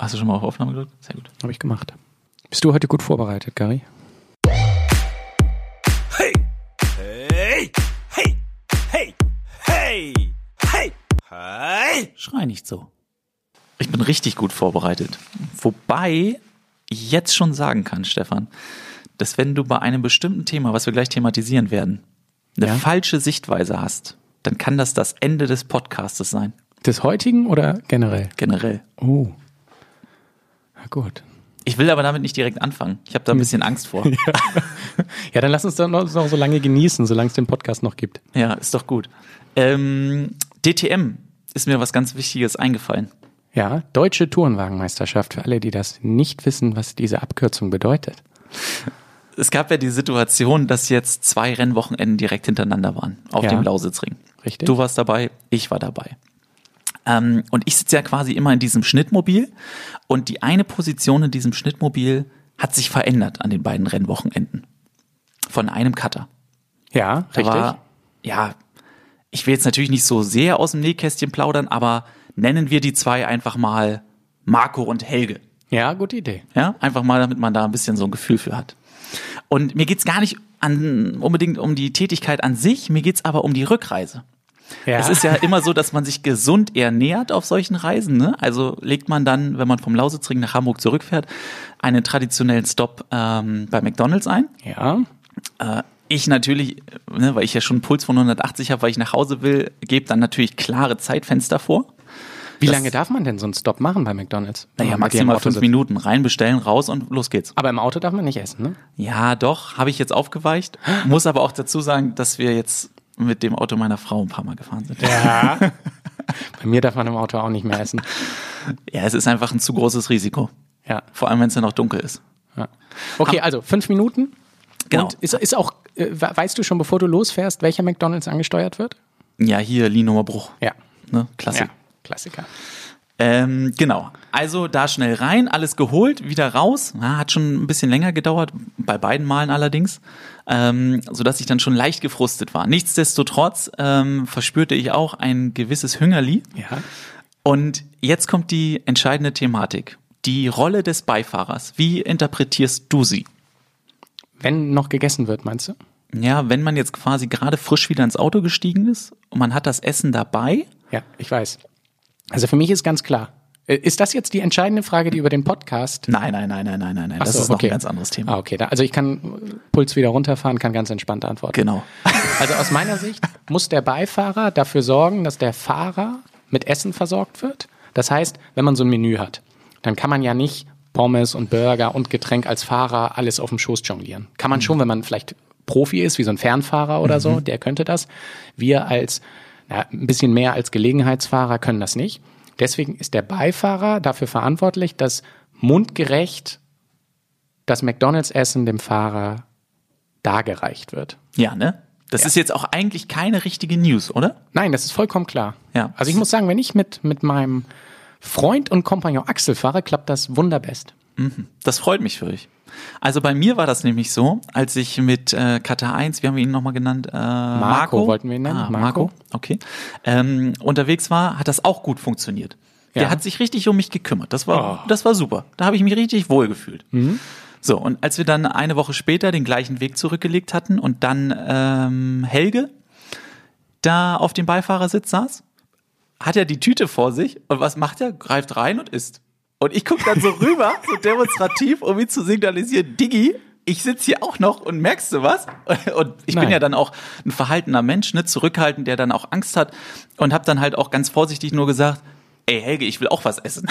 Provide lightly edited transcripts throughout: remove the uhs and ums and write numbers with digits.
Hast du schon mal auf Aufnahme gedrückt? Sehr gut. Habe ich gemacht. Bist du heute gut vorbereitet, Gary? Hey! Hey! Hey! Hey! Hey! Hey! Hey! Schrei nicht so. Ich bin richtig gut vorbereitet. Wobei ich jetzt schon sagen kann, Stefan, dass wenn du bei einem bestimmten Thema, was wir gleich thematisieren werden, eine falsche Sichtweise hast, dann kann das Ende des Podcastes sein. Des heutigen oder generell? Generell. Oh. Na gut. Ich will aber damit nicht direkt anfangen. Ich habe da ein bisschen Angst vor. Ja, dann lass uns doch noch so lange genießen, solange es den Podcast noch gibt. Ja, ist doch gut. DTM ist mir was ganz Wichtiges eingefallen. Ja, Deutsche Tourenwagenmeisterschaft, für alle, die das nicht wissen, was diese Abkürzung bedeutet. Es gab ja die Situation, dass jetzt 2 Rennwochenenden direkt hintereinander waren auf dem Lausitzring. Richtig. Du warst dabei, ich war dabei. Und ich sitze ja quasi immer in diesem Schnittmobil und die eine Position in diesem Schnittmobil hat sich verändert an den beiden Rennwochenenden. Von einem Cutter. Ja, Da richtig. Ich will jetzt natürlich nicht so sehr aus dem Nähkästchen plaudern, aber nennen wir die 2 einfach mal Marco und Helge. Ja, gute Idee. Ja, einfach mal, damit man da ein bisschen so ein Gefühl für hat. Und mir geht's gar nicht unbedingt um die Tätigkeit an sich, mir geht's aber um die Rückreise. Ja. Es ist ja immer so, dass man sich gesund ernährt auf solchen Reisen. Ne? Also legt man dann, wenn man vom Lausitzring nach Hamburg zurückfährt, einen traditionellen Stop bei McDonald's ein. Ja. Ich natürlich, ne, weil ich ja schon einen Puls von 180 habe, weil ich nach Hause will, gebe dann natürlich klare Zeitfenster vor. Wie lange darf man denn so einen Stop machen bei McDonald's? Naja, Wenn man mit dir im maximal Auto 5 sitzt? Minuten. Rein, bestellen, raus und los geht's. Aber im Auto darf man nicht essen, ne? Ja, doch, habe ich jetzt aufgeweicht. Muss aber auch dazu sagen, dass wir jetzt mit dem Auto meiner Frau ein paar Mal gefahren sind. Ja. Bei mir darf man im Auto auch nicht mehr essen. Ja, es ist einfach ein zu großes Risiko. Ja. Vor allem, wenn es dann noch dunkel ist. Ja. Okay, also 5 Minuten. Genau. Und ist auch, weißt du schon, bevor du losfährst, welcher McDonald's angesteuert wird? Ja, hier Lienumer Bruch. Ja. Ne? Klassik. Ja, Klassiker. Genau. Also da schnell rein, alles geholt, wieder raus. Ja, hat schon ein bisschen länger gedauert, bei beiden Malen allerdings, sodass ich dann schon leicht gefrustet war. Nichtsdestotrotz verspürte ich auch ein gewisses Hüngerli. Ja. Und jetzt kommt die entscheidende Thematik. Die Rolle des Beifahrers. Wie interpretierst du sie? Wenn noch gegessen wird, meinst du? Ja, wenn man jetzt quasi gerade frisch wieder ins Auto gestiegen ist und man hat das Essen dabei. Ja, ich weiß. Also für mich ist ganz klar. Ist das jetzt die entscheidende Frage, die über den Podcast? Nein. Ach Das so, ist noch okay. ein ganz anderes Thema. Ah, okay. Also ich kann Puls wieder runterfahren, kann ganz entspannt antworten. Genau. Also aus meiner Sicht muss der Beifahrer dafür sorgen, dass der Fahrer mit Essen versorgt wird. Das heißt, wenn man so ein Menü hat, dann kann man ja nicht Pommes und Burger und Getränk als Fahrer alles auf dem Schoß jonglieren. Kann man schon, wenn man vielleicht Profi ist, wie so ein Fernfahrer oder so, der könnte das. Wir als ein bisschen mehr als Gelegenheitsfahrer können das nicht. Deswegen ist der Beifahrer dafür verantwortlich, dass mundgerecht das McDonald's-Essen dem Fahrer dargereicht wird. Ja, ne? Das ist jetzt auch eigentlich keine richtige News, oder? Nein, das ist vollkommen klar. Ja. Also ich muss sagen, wenn ich mit meinem Freund und Kompagnon Axel fahre, klappt das wunderbest. Das freut mich für euch. Also bei mir war das nämlich so, als ich mit Katar 1, wie haben wir ihn nochmal genannt? Marco wollten wir ihn nennen. Marco, okay. Unterwegs war, hat das auch gut funktioniert. Ja. Der hat sich richtig um mich gekümmert. Das war super. Da habe ich mich richtig wohl gefühlt. So, und als wir dann eine Woche später den gleichen Weg zurückgelegt hatten und dann Helge da auf dem Beifahrersitz saß, hat er die Tüte vor sich und was macht er? Greift rein und isst. Und ich gucke dann so rüber, so demonstrativ, um ihm zu signalisieren, Diggi, ich sitze hier auch noch und merkst du was? Und ich bin ja dann auch ein verhaltener Mensch, ne, zurückhaltend, der dann auch Angst hat und habe dann halt auch ganz vorsichtig nur gesagt, ey Helge, ich will auch was essen.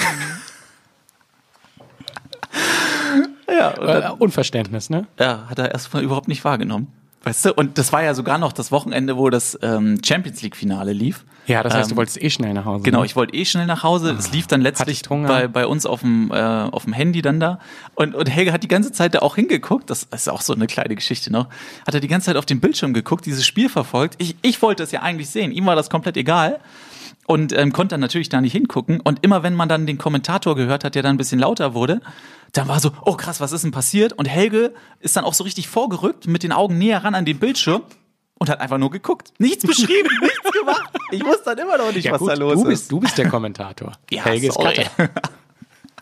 Ja, und dann, Unverständnis, ne? ja, hat er erstmal überhaupt nicht wahrgenommen. Weißt du, und das war ja sogar noch das Wochenende, wo das Champions League Finale lief. Ja, das heißt, du wolltest schnell nach Hause. Genau, ne? ich wollte schnell nach Hause. Es lief dann letztlich Hattest Hunger? bei uns auf dem Handy dann da. Und Helge hat die ganze Zeit da auch hingeguckt. Das ist auch so eine kleine Geschichte noch. Hat er die ganze Zeit auf den Bildschirm geguckt, dieses Spiel verfolgt. Ich wollte es ja eigentlich sehen. Ihm war das komplett egal. Und konnte dann natürlich da nicht hingucken. Und immer wenn man dann den Kommentator gehört hat, der dann ein bisschen lauter wurde, dann war so, oh krass, was ist denn passiert? Und Helge ist dann auch so richtig vorgerückt, mit den Augen näher ran an den Bildschirm und hat einfach nur geguckt. Nichts beschrieben, nichts gemacht. Ich wusste dann immer noch nicht, was da los ist. Du bist der Kommentator. Ja, Helge ist sorry. Cutter.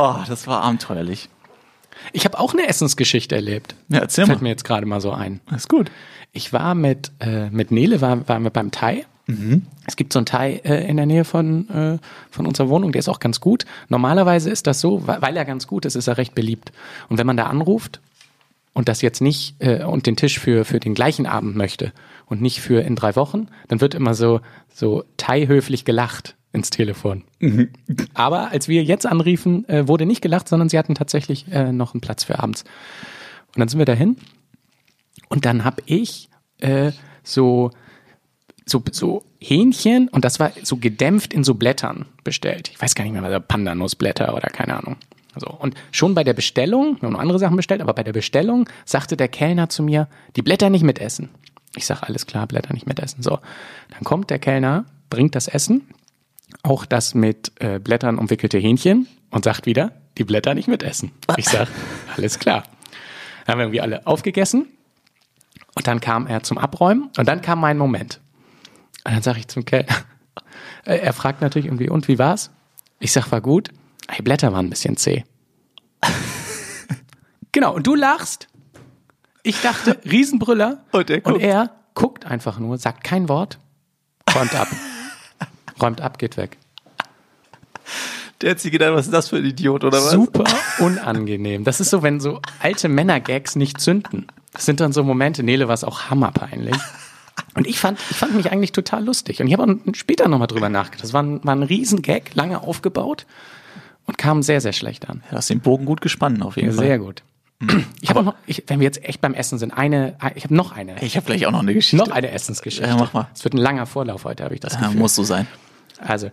Oh, das war abenteuerlich. Ich habe auch eine Essensgeschichte erlebt. Ja, erzähl Fällt mal. mir jetzt gerade mal so ein. Das ist gut. Ich war mit Nele, waren wir beim Thai. Es gibt so einen Thai in der Nähe von unserer Wohnung, der ist auch ganz gut. Normalerweise ist das so, weil er ganz gut ist, ist er recht beliebt. Und wenn man da anruft und das jetzt nicht und den Tisch für den gleichen Abend möchte und nicht für in 3 Wochen, dann wird immer so Thai-höflich gelacht ins Telefon. Aber als wir jetzt anriefen, wurde nicht gelacht, sondern sie hatten tatsächlich noch einen Platz für abends. Und dann sind wir dahin und dann habe ich so Hähnchen und das war so gedämpft in so Blättern bestellt. Ich weiß gar nicht mehr, was Pandanusblätter oder keine Ahnung. Also, und schon bei der Bestellung, wir haben noch andere Sachen bestellt, aber bei der Bestellung sagte der Kellner zu mir, die Blätter nicht mitessen. Ich sage, alles klar, Blätter nicht mitessen. So, dann kommt der Kellner, bringt das Essen, auch das mit Blättern umwickelte Hähnchen und sagt wieder, die Blätter nicht mitessen. Ich sage, alles klar. Dann haben wir irgendwie alle aufgegessen und dann kam er zum Abräumen und dann kam mein Moment. Und dann sage ich zum Kellner, er fragt natürlich irgendwie, und wie war's? Ich sag, war gut. Die Blätter waren ein bisschen zäh. Genau, und du lachst. Ich dachte, Riesenbrüller. Und er guckt einfach nur, sagt kein Wort, räumt ab. Räumt ab, geht weg. Der hat sich gedacht, was ist das für ein Idiot, oder was? Super unangenehm. Das ist so, wenn so alte Männer-Gags nicht zünden. Das sind dann so Momente, Nele war es auch hammerpeinlich. Und ich fand mich eigentlich total lustig. Und ich habe auch später nochmal drüber nachgedacht. Das war ein Riesengag, lange aufgebaut und kam sehr, sehr schlecht an. Du hast den Bogen gut gespannt, auf jeden Fall. Sehr gut. Ich habe auch noch, wenn wir jetzt echt beim Essen sind, ich habe noch eine. Ich habe vielleicht auch noch eine Geschichte. Noch eine Essensgeschichte. Ja, mach mal. Es wird ein langer Vorlauf heute, habe ich das Gefühl. Muss so sein. Also,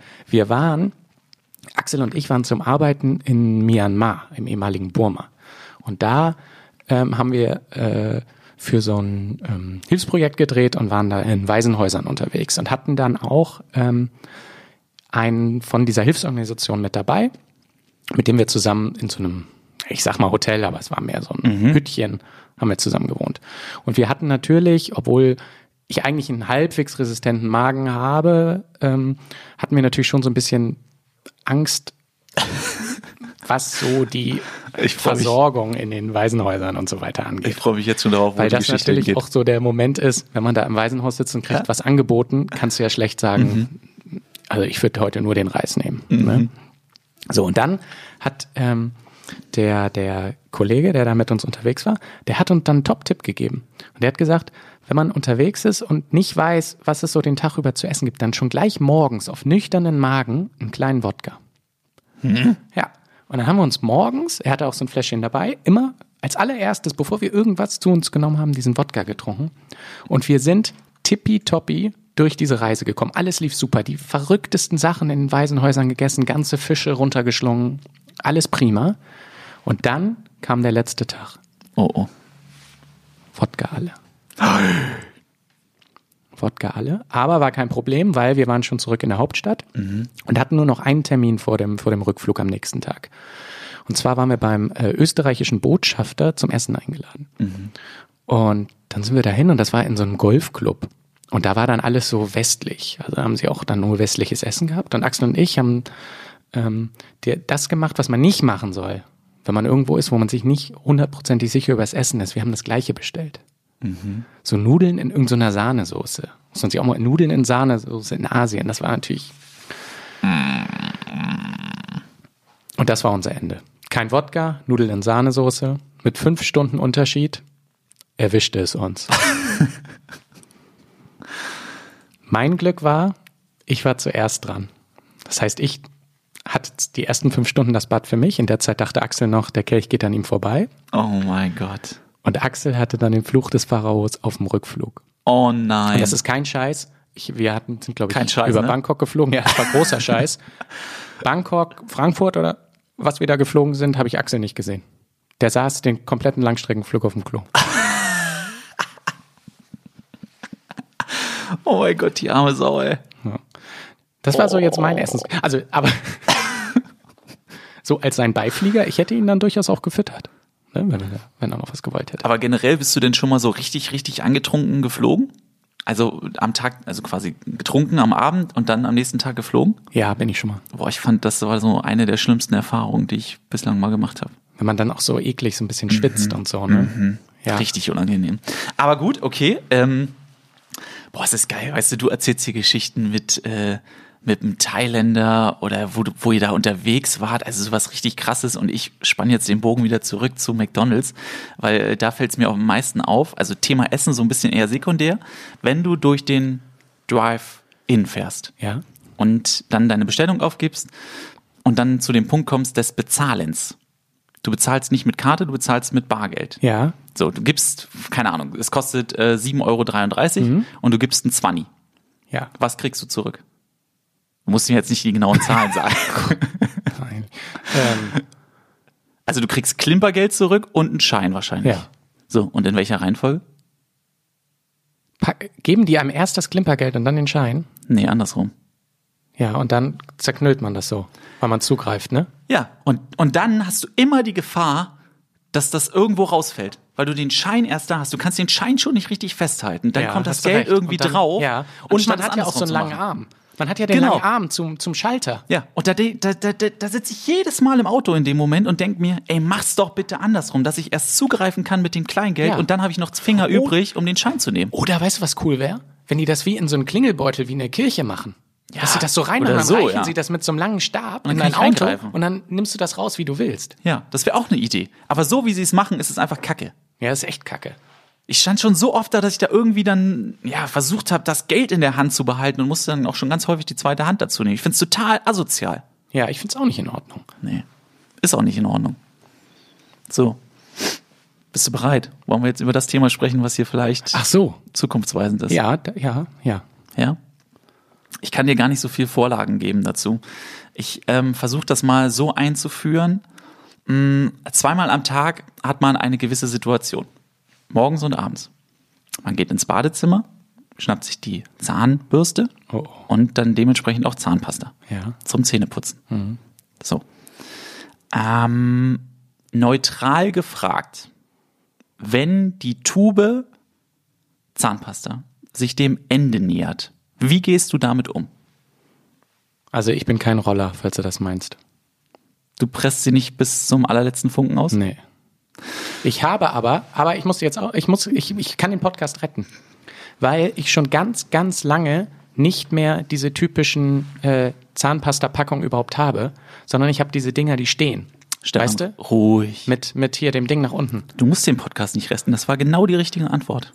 Axel und ich waren zum Arbeiten in Myanmar, im ehemaligen Burma. Und da haben wir für so ein Hilfsprojekt gedreht und waren da in Waisenhäusern unterwegs und hatten dann auch einen von dieser Hilfsorganisation mit dabei, mit dem wir zusammen in so einem, ich sag mal Hotel, aber es war mehr so ein Hüttchen, haben wir zusammen gewohnt. Und wir hatten natürlich, obwohl ich eigentlich einen halbwegs resistenten Magen habe, hatten wir natürlich schon so ein bisschen Angst, was so die Versorgung in den Waisenhäusern und so weiter angeht. Ich freue mich jetzt schon darauf, wo weil die das Geschichte natürlich geht. auch so der Moment ist, wenn man da im Waisenhaus sitzt und kriegt was angeboten, kannst du ja schlecht sagen, also ich würde heute nur den Reis nehmen. Ne? So, und dann hat der Kollege, der da mit uns unterwegs war, der hat uns dann einen Top-Tipp gegeben. Und der hat gesagt, wenn man unterwegs ist und nicht weiß, was es so den Tag über zu essen gibt, dann schon gleich morgens auf nüchternen Magen einen kleinen Wodka. Ja, und dann haben wir uns morgens, er hatte auch so ein Fläschchen dabei, immer als allererstes, bevor wir irgendwas zu uns genommen haben, diesen Wodka getrunken. Und wir sind tippitoppi durch diese Reise gekommen. Alles lief super, die verrücktesten Sachen in den Waisenhäusern gegessen, ganze Fische runtergeschlungen, alles prima. Und dann kam der letzte Tag. Oh. Wodka alle. Wodka alle. Aber war kein Problem, weil wir waren schon zurück in der Hauptstadt und hatten nur noch einen Termin vor dem Rückflug am nächsten Tag. Und zwar waren wir beim österreichischen Botschafter zum Essen eingeladen. Und dann sind wir dahin und das war in so einem Golfclub. Und da war dann alles so westlich. Also haben sie auch dann nur westliches Essen gehabt. Und Axel und ich haben das gemacht, was man nicht machen soll, wenn man irgendwo ist, wo man sich nicht 100% sicher über das Essen ist. Wir haben das Gleiche bestellt. So Nudeln in irgendeiner Sahnesoße. Muss man sich auch mal Nudeln in Sahnesoße in Asien. Das war natürlich. Und das war unser Ende. Kein Wodka, Nudeln in Sahnesoße. Mit 5 Stunden Unterschied erwischte es uns. Mein Glück war, ich war zuerst dran. Das heißt, ich hatte die ersten 5 Stunden das Bad für mich. In der Zeit dachte Axel noch, der Kelch geht an ihm vorbei. Oh mein Gott. Und Axel hatte dann den Fluch des Pharaos auf dem Rückflug. Oh nein. Und das ist kein Scheiß. Wir sind, glaube ich, Scheiß, über ne? Bangkok geflogen. Ja, das war großer Scheiß. Bangkok, Frankfurt oder was wir da geflogen sind, habe ich Axel nicht gesehen. Der saß den kompletten Langstreckenflug auf dem Klo. Oh mein Gott, die arme Sau, ey. Ja. Das war so jetzt mein Essens... Also, aber so als sein Beiflieger, ich hätte ihn dann durchaus auch gefüttert. Ne, wenn er noch was gewollt hätte. Aber generell bist du denn schon mal so richtig, richtig angetrunken geflogen? Also am Tag, also quasi getrunken am Abend und dann am nächsten Tag geflogen? Ja, bin ich schon mal. Boah, ich fand, das war so eine der schlimmsten Erfahrungen, die ich bislang mal gemacht habe. Wenn man dann auch so eklig so ein bisschen schwitzt und so, ne? Ja. Richtig unangenehm. Aber gut, okay. Boah, es ist geil. Weißt du erzählst hier Geschichten mit einem Thailänder oder wo ihr da unterwegs wart. Also sowas richtig Krasses. Und ich spann jetzt den Bogen wieder zurück zu McDonald's, weil da fällt es mir am meisten auf. Also Thema Essen so ein bisschen eher sekundär. Wenn du durch den Drive-In fährst Ja. und dann deine Bestellung aufgibst und dann zu dem Punkt kommst des Bezahlens. Du bezahlst nicht mit Karte, du bezahlst mit Bargeld. Ja. So, du gibst, keine Ahnung, es kostet 7,33 € und du gibst einen 20. Ja. Was kriegst du zurück? Du musst mir jetzt nicht die genauen Zahlen sagen. Nein. Also du kriegst Klimpergeld zurück und einen Schein wahrscheinlich. Ja. So, und in welcher Reihenfolge? Geben die einem erst das Klimpergeld und dann den Schein? Nee, andersrum. Ja, und dann zerknüllt man das so, weil man zugreift, ne? Ja, und dann hast du immer die Gefahr, dass das irgendwo rausfällt, weil du den Schein erst da hast. Du kannst den Schein schon nicht richtig festhalten. Dann Ja, kommt das hast du Geld recht. irgendwie Und dann, drauf. Ja. Und anstatt man hat es ja auch so einen andersrum langen zu machen. Arm. Man hat ja den Genau. langen Arm zum Schalter. Ja, und da sitze ich jedes Mal im Auto in dem Moment und denke mir, ey, mach's doch bitte andersrum, dass ich erst zugreifen kann mit dem Kleingeld Ja. und dann habe ich noch Finger übrig, um den Schein zu nehmen. Oder weißt du, was cool wäre? Wenn die das wie in so einem Klingelbeutel wie in der Kirche machen. Ja, Dass sie das so reinmachen, oder dann so, reichen ja. sie das mit so einem langen Stab Und in dann dein kann ich Auto reingreifen. und dann nimmst du das raus, wie du willst. Ja, das wäre auch eine Idee. Aber so wie sie es machen, ist es einfach Kacke. Ja, das ist echt kacke. Ich stand schon so oft da, dass ich da irgendwie dann versucht habe, das Geld in der Hand zu behalten und musste dann auch schon ganz häufig die zweite Hand dazu nehmen. Ich finde es total asozial. Ja, ich find's auch nicht in Ordnung. Nee, ist auch nicht in Ordnung. So, bist du bereit? Wollen wir jetzt über das Thema sprechen, was hier vielleicht Ach so. zukunftsweisend ist? Ja. Ja? Ich kann dir gar nicht so viel Vorlagen geben dazu. Ich versuche das mal so einzuführen. 2-mal am Tag hat man eine gewisse Situation. Morgens und abends. Man geht ins Badezimmer, schnappt sich die Zahnbürste und dann dementsprechend auch Zahnpasta Ja. zum Zähneputzen. So. Neutral gefragt, wenn die Tube Zahnpasta sich dem Ende nähert, wie gehst du damit um? Also ich bin kein Roller, falls du das meinst. Du presst sie nicht bis zum allerletzten Funken aus? Nee. Ich habe aber ich muss jetzt auch, ich kann den Podcast retten. Weil ich schon ganz, ganz lange nicht mehr diese typischen Zahnpasta-Packungen überhaupt habe, sondern ich habe diese Dinger, die stehen. Stefan, weißt du? ruhig. Mit hier dem Ding nach unten. Du musst den Podcast nicht resten, das war genau die richtige Antwort.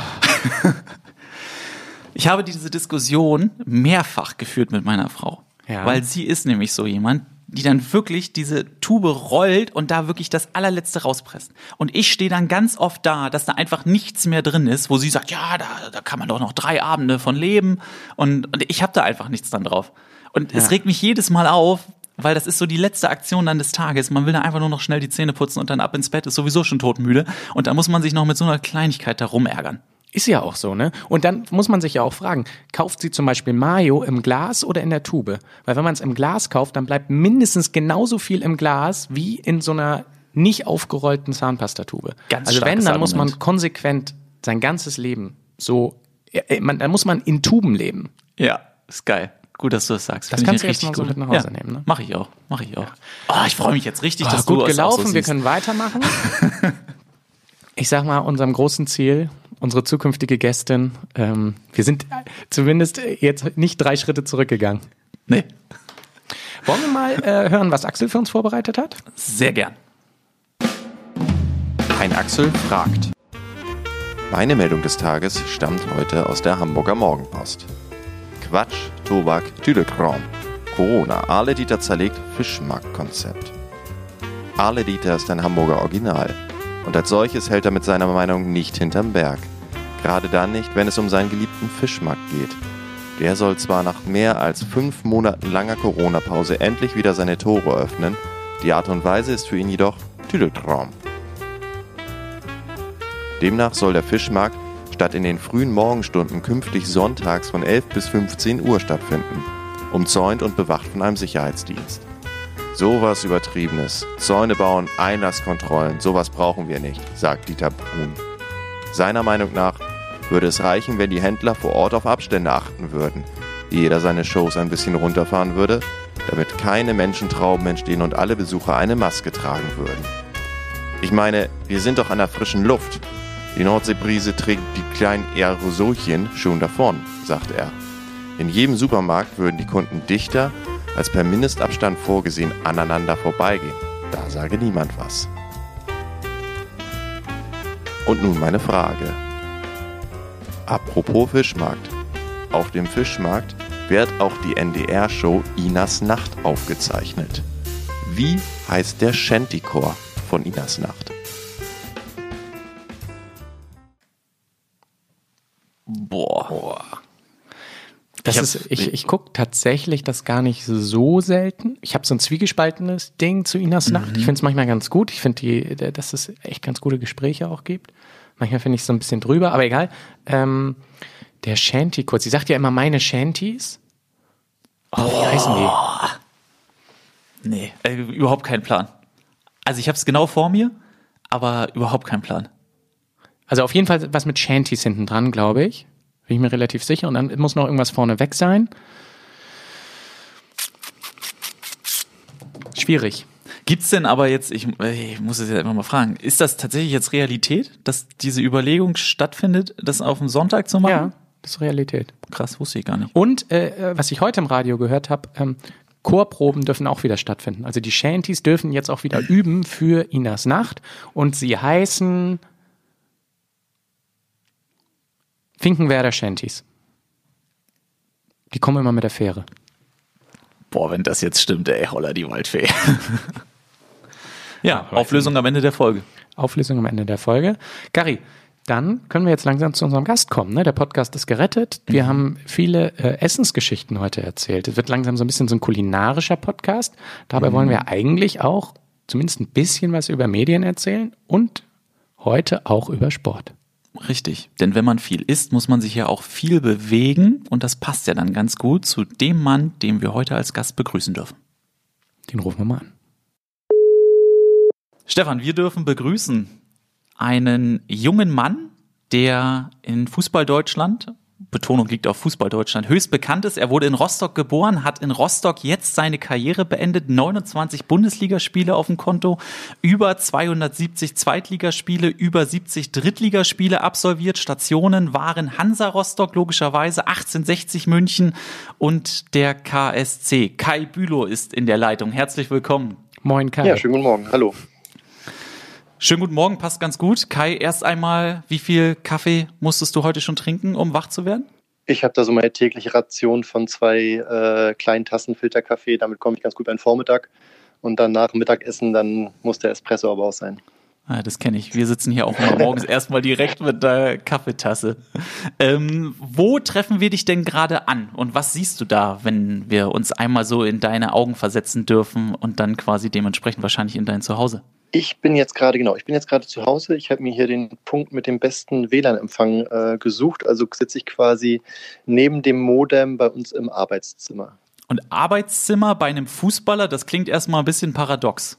Ich habe diese Diskussion mehrfach geführt mit meiner Frau. Ja. Weil sie ist nämlich so jemand, die dann wirklich diese Tube rollt und da wirklich das allerletzte rauspresst. Und ich stehe dann ganz oft da, dass da einfach nichts mehr drin ist, wo sie sagt, ja, da kann man doch noch 3 Abende von leben. Und ich habe da einfach nichts dann drauf. Und es regt mich jedes Mal auf, weil das ist so die letzte Aktion dann des Tages. Man will da einfach nur noch schnell die Zähne putzen und dann ab ins Bett, ist sowieso schon todmüde. Und da muss man sich noch mit so einer Kleinigkeit da rumärgern. Ist ja auch so, ne? Und dann muss man sich ja auch fragen, kauft sie zum Beispiel Mayo im Glas oder in der Tube? Weil wenn man es im Glas kauft, dann bleibt mindestens genauso viel im Glas wie in so einer nicht aufgerollten Zahnpastatube. Ganz also wenn, starkes dann muss man Argument. konsequent sein ganzes Leben so, dann muss man in Tuben leben. Ja, ist geil. Gut, dass du das sagst. Das Finde kannst ich du jetzt richtig mal so gut. mit nach Hause nehmen, ne? Mach ich auch. Oh, ich freue mich jetzt richtig, dass gut du es auch gelaufen, so wir siehst. können weitermachen. Ich sag mal, unserem großen Ziel, unsere zukünftige Gästin, wir sind zumindest jetzt nicht 3 Schritte zurückgegangen. Nee, Wollen wir mal hören, was Axel für uns vorbereitet hat? sehr gern. Ein Axel fragt. Meine Meldung des Tages stammt heute aus der Hamburger Morgenpost. Quatsch, Tobak, Tüdelkram. Corona, Arle Dieter zerlegt Fischmarktkonzept. Arle Dieter ist ein Hamburger Original. Und als solches hält er mit seiner Meinung nicht hinterm Berg. Gerade dann nicht, wenn es um seinen geliebten Fischmarkt geht. Der soll zwar nach mehr als 5 Monaten langer Corona-Pause endlich wieder seine Tore öffnen, die Art und Weise ist für ihn jedoch Tüdeltraum. Demnach soll der Fischmarkt statt in den frühen Morgenstunden künftig sonntags von 11 bis 15 Uhr stattfinden, umzäunt und bewacht von einem Sicherheitsdienst. Sowas Übertriebenes. Zäune bauen, Einlasskontrollen, sowas brauchen wir nicht, sagt Dieter Brun. Seiner Meinung nach würde es reichen, wenn die Händler vor Ort auf Abstände achten würden, jeder seine Shows ein bisschen runterfahren würde, damit keine Menschentrauben entstehen und alle Besucher eine Maske tragen würden. Ich meine, wir sind doch an der frischen Luft. Die Nordseebrise trägt die kleinen Aerosolchen schon davon, sagt er. In jedem Supermarkt würden die Kunden dichter, als per Mindestabstand vorgesehen, aneinander vorbeigehen. Da sage niemand was. Und nun meine Frage. Apropos Fischmarkt. Auf dem Fischmarkt wird auch die NDR-Show Inas Nacht aufgezeichnet. Wie heißt der Shantychor von Inas Nacht? Boah. Ich gucke tatsächlich das gar nicht so selten. Ich habe so ein zwiegespaltenes Ding zu Inas Nacht. Ich finde es manchmal ganz gut. Ich finde, dass es echt ganz gute Gespräche auch gibt. Manchmal finde ich es so ein bisschen drüber, aber egal. Der Shantychor, sie sagt ja immer meine Shanties. Oh, wie heißen die? Nee, überhaupt keinen Plan. Also ich habe es genau vor mir, aber überhaupt keinen Plan. Also auf jeden Fall was mit Shanties hinten dran, glaube ich. Bin ich mir relativ sicher. Und dann muss noch irgendwas vorne weg sein. Schwierig. Gibt's denn aber jetzt, ich muss es ja immer mal fragen, ist das tatsächlich jetzt Realität, dass diese Überlegung stattfindet, das auf dem Sonntag zu machen? Ja, das ist Realität. Krass, wusste ich gar nicht. Und was ich heute im Radio gehört habe, Chorproben dürfen auch wieder stattfinden. Also die Shanties dürfen jetzt auch wieder üben für Inas Nacht. Und sie heißen Finkenwerder Shanties. Die kommen immer mit der Fähre. Boah, wenn das jetzt stimmt, ey, holla die Waldfee. Ja, Auflösung am Ende der Folge. Auflösung am Ende der Folge. Gary, dann können wir jetzt langsam zu unserem Gast kommen. Ne? Der Podcast ist gerettet. Wir haben viele Essensgeschichten heute erzählt. Es wird langsam so ein bisschen so ein kulinarischer Podcast. Dabei wollen wir eigentlich auch zumindest ein bisschen was über Medien erzählen und heute auch über Sport. Richtig, denn wenn man viel isst, muss man sich ja auch viel bewegen und das passt ja dann ganz gut zu dem Mann, den wir heute als Gast begrüßen dürfen. Den rufen wir mal an. Stefan, wir dürfen begrüßen einen jungen Mann, der in Fußball-Deutschland, Betonung liegt auf Fußball-Deutschland, höchst bekannt ist. Er wurde in Rostock geboren, hat in Rostock jetzt seine Karriere beendet, 29 Bundesligaspiele auf dem Konto, über 270 Zweitligaspiele, über 70 Drittligaspiele absolviert. Stationen waren Hansa Rostock, logischerweise 1860 München und der KSC. Kai Bülow ist in der Leitung. Herzlich willkommen. Moin Kai. Ja, schönen guten Morgen. Hallo. Schönen guten Morgen, passt ganz gut. Kai, erst einmal, wie viel Kaffee musstest du heute schon trinken, um wach zu werden? Ich habe da so meine tägliche Ration von 2 kleinen Tassen Filterkaffee. Damit komme ich ganz gut beim Vormittag. Und dann nach dem Mittagessen, dann muss der Espresso aber auch sein. Ah, das kenne ich. Wir sitzen hier auch immer morgens erstmal direkt mit der Kaffeetasse. Wo treffen wir dich denn gerade an? Und was siehst du da, wenn wir uns einmal so in deine Augen versetzen dürfen und dann quasi dementsprechend wahrscheinlich in dein Zuhause? Ich bin jetzt gerade zu Hause. Ich habe mir hier den Punkt mit dem besten WLAN-Empfang gesucht. Also sitze ich quasi neben dem Modem bei uns im Arbeitszimmer. Und Arbeitszimmer bei einem Fußballer, das klingt erstmal ein bisschen paradox.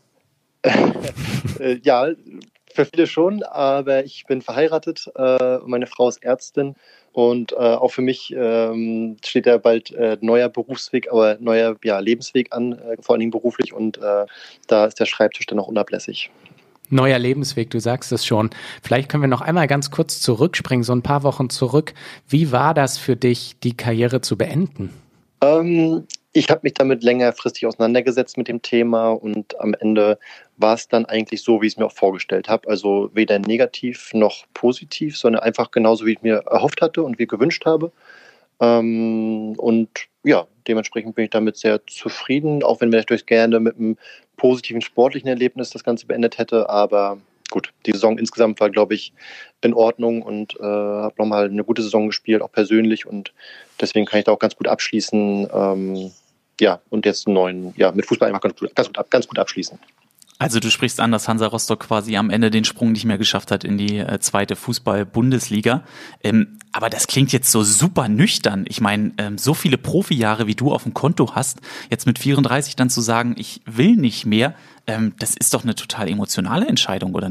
Ja, für viele schon, aber ich bin verheiratet. Meine Frau ist Ärztin. Und auch für mich steht ja bald neuer Berufsweg, aber neuer Lebensweg an, vor allen Dingen beruflich. Und da ist der Schreibtisch dann auch unablässig. Neuer Lebensweg, du sagst es schon. Vielleicht können wir noch einmal ganz kurz zurückspringen, so ein paar Wochen zurück. Wie war das für dich, die Karriere zu beenden? Ich habe mich damit längerfristig auseinandergesetzt mit dem Thema und am Ende war es dann eigentlich so, wie ich es mir auch vorgestellt habe. Also weder negativ noch positiv, sondern einfach genauso, wie ich mir erhofft hatte und wie ich gewünscht habe. Und ja, dementsprechend bin ich damit sehr zufrieden, auch wenn ich natürlich gerne mit einem positiven sportlichen Erlebnis das Ganze beendet hätte. Aber gut, die Saison insgesamt war, glaube ich, in Ordnung und habe nochmal eine gute Saison gespielt, auch persönlich. Und deswegen kann ich da auch ganz gut abschließen. Und jetzt einen neuen, mit Fußball einfach ganz gut abschließen. Also du sprichst an, dass Hansa Rostock quasi am Ende den Sprung nicht mehr geschafft hat in die zweite Fußball-Bundesliga. Aber das klingt jetzt so super nüchtern. Ich meine, so viele Profijahre, wie du auf dem Konto hast, jetzt mit 34 dann zu sagen, ich will nicht mehr, das ist doch eine total emotionale Entscheidung, oder nicht?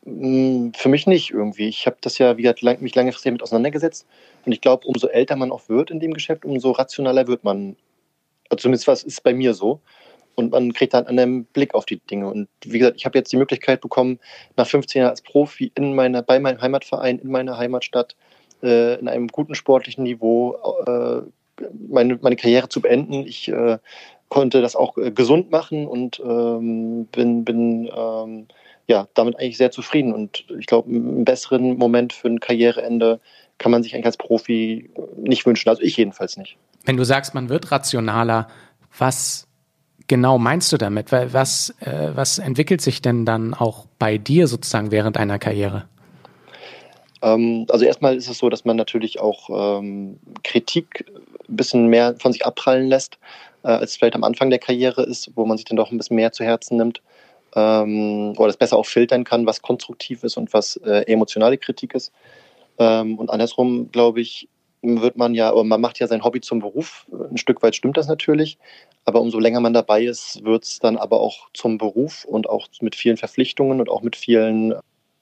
Für mich nicht irgendwie. Ich habe das ja, wie gesagt, mich lange mit auseinandergesetzt. Und ich glaube, umso älter man auch wird in dem Geschäft, umso rationaler wird man. Also zumindest was ist bei mir so. Und man kriegt dann einen anderen Blick auf die Dinge. Und wie gesagt, ich habe jetzt die Möglichkeit bekommen, nach 15 Jahren als Profi bei meinem Heimatverein, in meiner Heimatstadt, in einem guten sportlichen Niveau meine Karriere zu beenden. Ich konnte das auch gesund machen und bin damit eigentlich sehr zufrieden. Und ich glaube, einen besseren Moment für ein Karriereende kann man sich eigentlich als Profi nicht wünschen. Also ich jedenfalls nicht. Wenn du sagst, man wird rationaler, was genau meinst du damit? Was entwickelt sich denn dann auch bei dir sozusagen während einer Karriere? Also erstmal ist es so, dass man natürlich auch Kritik ein bisschen mehr von sich abprallen lässt, als vielleicht am Anfang der Karriere ist, wo man sich dann doch ein bisschen mehr zu Herzen nimmt oder das besser auch filtern kann, was konstruktiv ist und was emotionale Kritik ist. Und andersrum, glaube ich, man macht ja sein Hobby zum Beruf. Ein Stück weit stimmt das natürlich, aber umso länger man dabei ist, wird es dann aber auch zum Beruf und auch mit vielen Verpflichtungen und auch mit vielen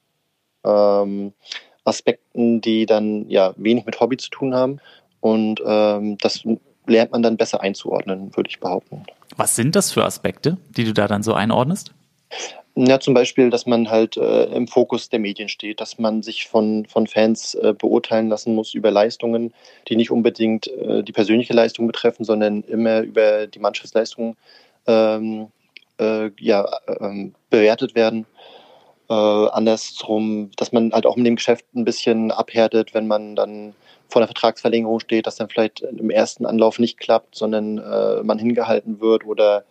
Aspekten, die dann ja wenig mit Hobby zu tun haben. Und das lernt man dann besser einzuordnen, würde ich behaupten. Was sind das für Aspekte, die du da dann so einordnest? Ja, zum Beispiel, dass man halt im Fokus der Medien steht, dass man sich von Fans beurteilen lassen muss über Leistungen, die nicht unbedingt die persönliche Leistung betreffen, sondern immer über die Mannschaftsleistung bewertet werden. Andersrum, dass man halt auch in dem Geschäft ein bisschen abhärtet, wenn man dann vor einer Vertragsverlängerung steht, dass dann vielleicht im ersten Anlauf nicht klappt, sondern man hingehalten wird oder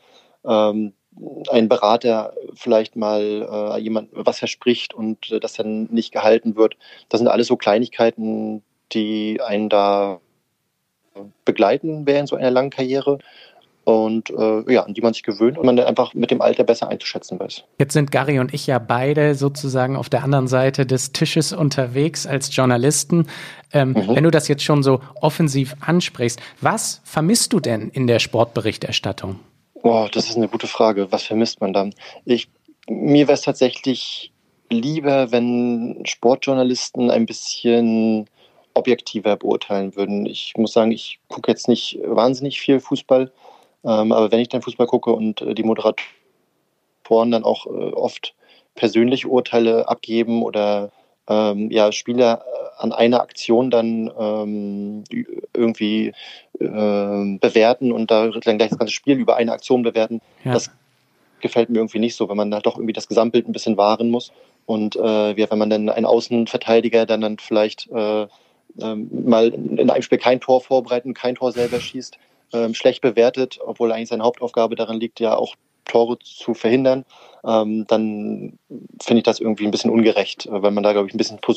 ein Berater vielleicht mal jemand was verspricht und das dann nicht gehalten wird. Das sind alles so Kleinigkeiten, die einen da begleiten während so einer langen Karriere. Und an die man sich gewöhnt und man dann einfach mit dem Alter besser einzuschätzen weiß. Jetzt sind Gary und ich ja beide sozusagen auf der anderen Seite des Tisches unterwegs als Journalisten. Wenn du das jetzt schon so offensiv ansprichst, was vermisst du denn in der Sportberichterstattung? Das ist eine gute Frage. Was vermisst man dann? Mir wäre es tatsächlich lieber, wenn Sportjournalisten ein bisschen objektiver beurteilen würden. Ich muss sagen, ich gucke jetzt nicht wahnsinnig viel Fußball. Aber wenn ich dann Fußball gucke und die Moderatoren dann auch oft persönliche Urteile abgeben oder Spieler an einer Aktion dann irgendwie bewerten und da dann gleich das ganze Spiel über eine Aktion bewerten, das gefällt mir irgendwie nicht so, wenn man halt doch irgendwie das Gesamtbild ein bisschen wahren muss. Und wenn man dann einen Außenverteidiger dann vielleicht mal in einem Spiel kein Tor vorbereiten, kein Tor selber schießt, schlecht bewertet, obwohl eigentlich seine Hauptaufgabe darin liegt, ja auch Tore zu verhindern, dann finde ich das irgendwie ein bisschen ungerecht, weil man da, glaube ich, ein bisschen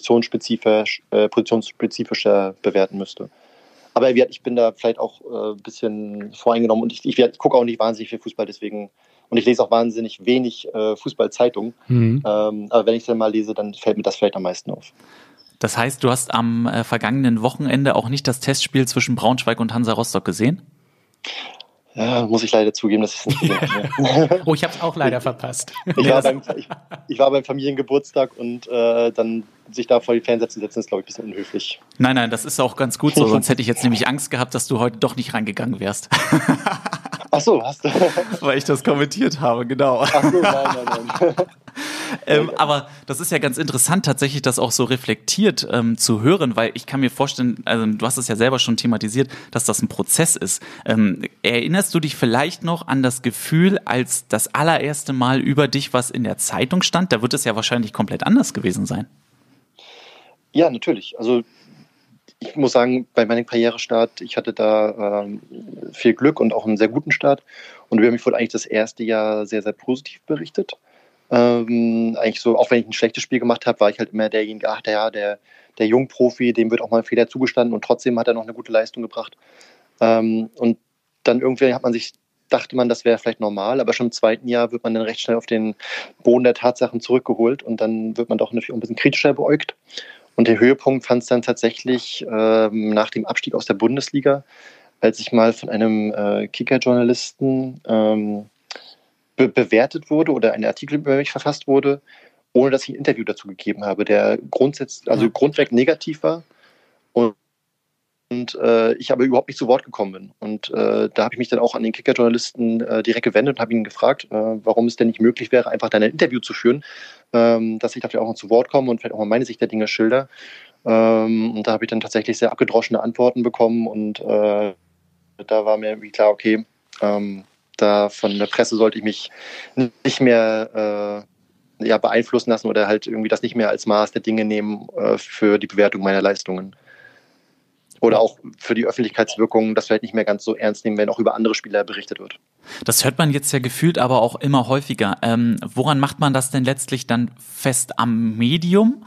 positionsspezifischer bewerten müsste. Aber ich bin da vielleicht auch ein bisschen voreingenommen und ich gucke auch nicht wahnsinnig viel Fußball, deswegen, und ich lese auch wahnsinnig wenig Fußballzeitung. Aber wenn ich es dann mal lese, dann fällt mir das vielleicht am meisten auf. Das heißt, du hast am vergangenen Wochenende auch nicht das Testspiel zwischen Braunschweig und Hansa Rostock gesehen? Ja, muss ich leider zugeben, dass ich es nicht gesehen habe. Ich habe es auch leider verpasst. Ich war beim Familiengeburtstag und dann sich da vor die Fernseher zu setzen, ist, glaube ich, ein bisschen unhöflich. Nein, das ist auch ganz gut so, sonst hätte ich jetzt nämlich Angst gehabt, dass du heute doch nicht reingegangen wärst. Ach so, hast du. Weil ich das kommentiert habe, genau. Ach so, nein. Aber das ist ja ganz interessant, tatsächlich das auch so reflektiert zu hören, weil ich kann mir vorstellen, also du hast es ja selber schon thematisiert, dass das ein Prozess ist. Erinnerst du dich vielleicht noch an das Gefühl, als das allererste Mal über dich was in der Zeitung stand? Da wird es ja wahrscheinlich komplett anders gewesen sein. Ja, natürlich. Also ich muss sagen, bei meinem Karrierestart, ich hatte da viel Glück und auch einen sehr guten Start. Und über mich wurde eigentlich das erste Jahr sehr, sehr positiv berichtet. Eigentlich so, auch wenn ich ein schlechtes Spiel gemacht habe, war ich halt immer derjenige, der Jungprofi, dem wird auch mal ein Fehler zugestanden und trotzdem hat er noch eine gute Leistung gebracht. Und dann irgendwie dachte man, das wäre vielleicht normal, aber schon im zweiten Jahr wird man dann recht schnell auf den Boden der Tatsachen zurückgeholt und dann wird man doch natürlich auch ein bisschen kritischer beäugt. Und der Höhepunkt fand es dann tatsächlich nach dem Abstieg aus der Bundesliga, als ich mal von einem Kicker-Journalisten bewertet wurde oder ein Artikel über mich verfasst wurde ohne dass ich ein Interview dazu gegeben habe, der grundweg negativ war und ich aber überhaupt nicht zu Wort gekommen bin. Und da habe ich mich dann auch an den Kicker-Journalisten direkt gewendet und habe ihn gefragt, warum es denn nicht möglich wäre, einfach dann ein Interview zu führen, dass ich dafür auch mal zu Wort komme und vielleicht auch mal meine Sicht der Dinge schilder. Und da habe ich dann tatsächlich sehr abgedroschene Antworten bekommen und da war mir irgendwie klar, okay, da von der Presse sollte ich mich nicht mehr beeinflussen lassen oder halt irgendwie das nicht mehr als Maß der Dinge nehmen für die Bewertung meiner Leistungen. Oder auch für die Öffentlichkeitswirkung, das vielleicht nicht mehr ganz so ernst nehmen, wenn auch über andere Spieler berichtet wird. Das hört man jetzt ja gefühlt aber auch immer häufiger. Woran macht man das denn letztlich dann fest? Am Medium?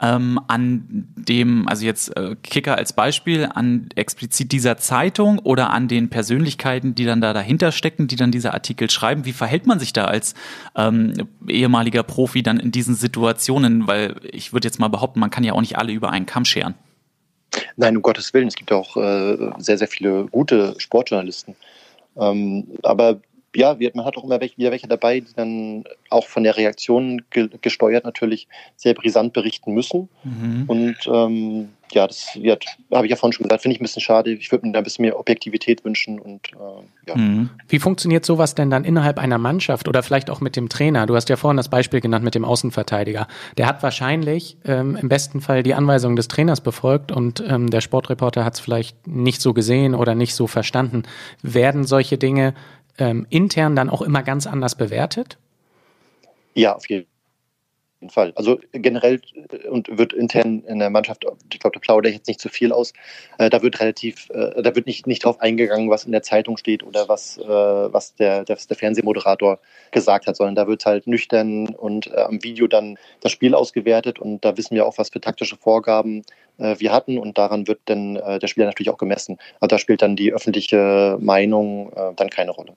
An dem, also jetzt Kicker als Beispiel, an explizit dieser Zeitung oder an den Persönlichkeiten, die dann da dahinter stecken, die dann diese Artikel schreiben? Wie verhält man sich da als ehemaliger Profi dann in diesen Situationen? Weil ich würde jetzt mal behaupten, man kann ja auch nicht alle über einen Kamm scheren. Nein, um Gottes Willen, es gibt auch sehr, sehr viele gute Sportjournalisten. Aber ja, man hat auch immer wieder welche dabei, die dann auch von der Reaktion gesteuert natürlich sehr brisant berichten müssen. Mhm. Und das habe ich ja vorhin schon gesagt, finde ich ein bisschen schade. Ich würde mir da ein bisschen mehr Objektivität wünschen. Und Mhm. Wie funktioniert sowas denn dann innerhalb einer Mannschaft oder vielleicht auch mit dem Trainer? Du hast ja vorhin das Beispiel genannt mit dem Außenverteidiger. Der hat wahrscheinlich im besten Fall die Anweisungen des Trainers befolgt und der Sportreporter hat es vielleicht nicht so gesehen oder nicht so verstanden. Werden solche Dinge intern dann auch immer ganz anders bewertet? Ja, auf jeden Fall. Also generell und wird intern in der Mannschaft, ich glaube, da plaudere ich jetzt nicht zu viel aus, da wird nicht drauf eingegangen, was in der Zeitung steht oder was der Fernsehmoderator gesagt hat, sondern da wird halt nüchtern und am Video dann das Spiel ausgewertet und da wissen wir auch, was für taktische Vorgaben wir hatten und daran wird dann der Spieler natürlich auch gemessen. Also da spielt dann die öffentliche Meinung dann keine Rolle.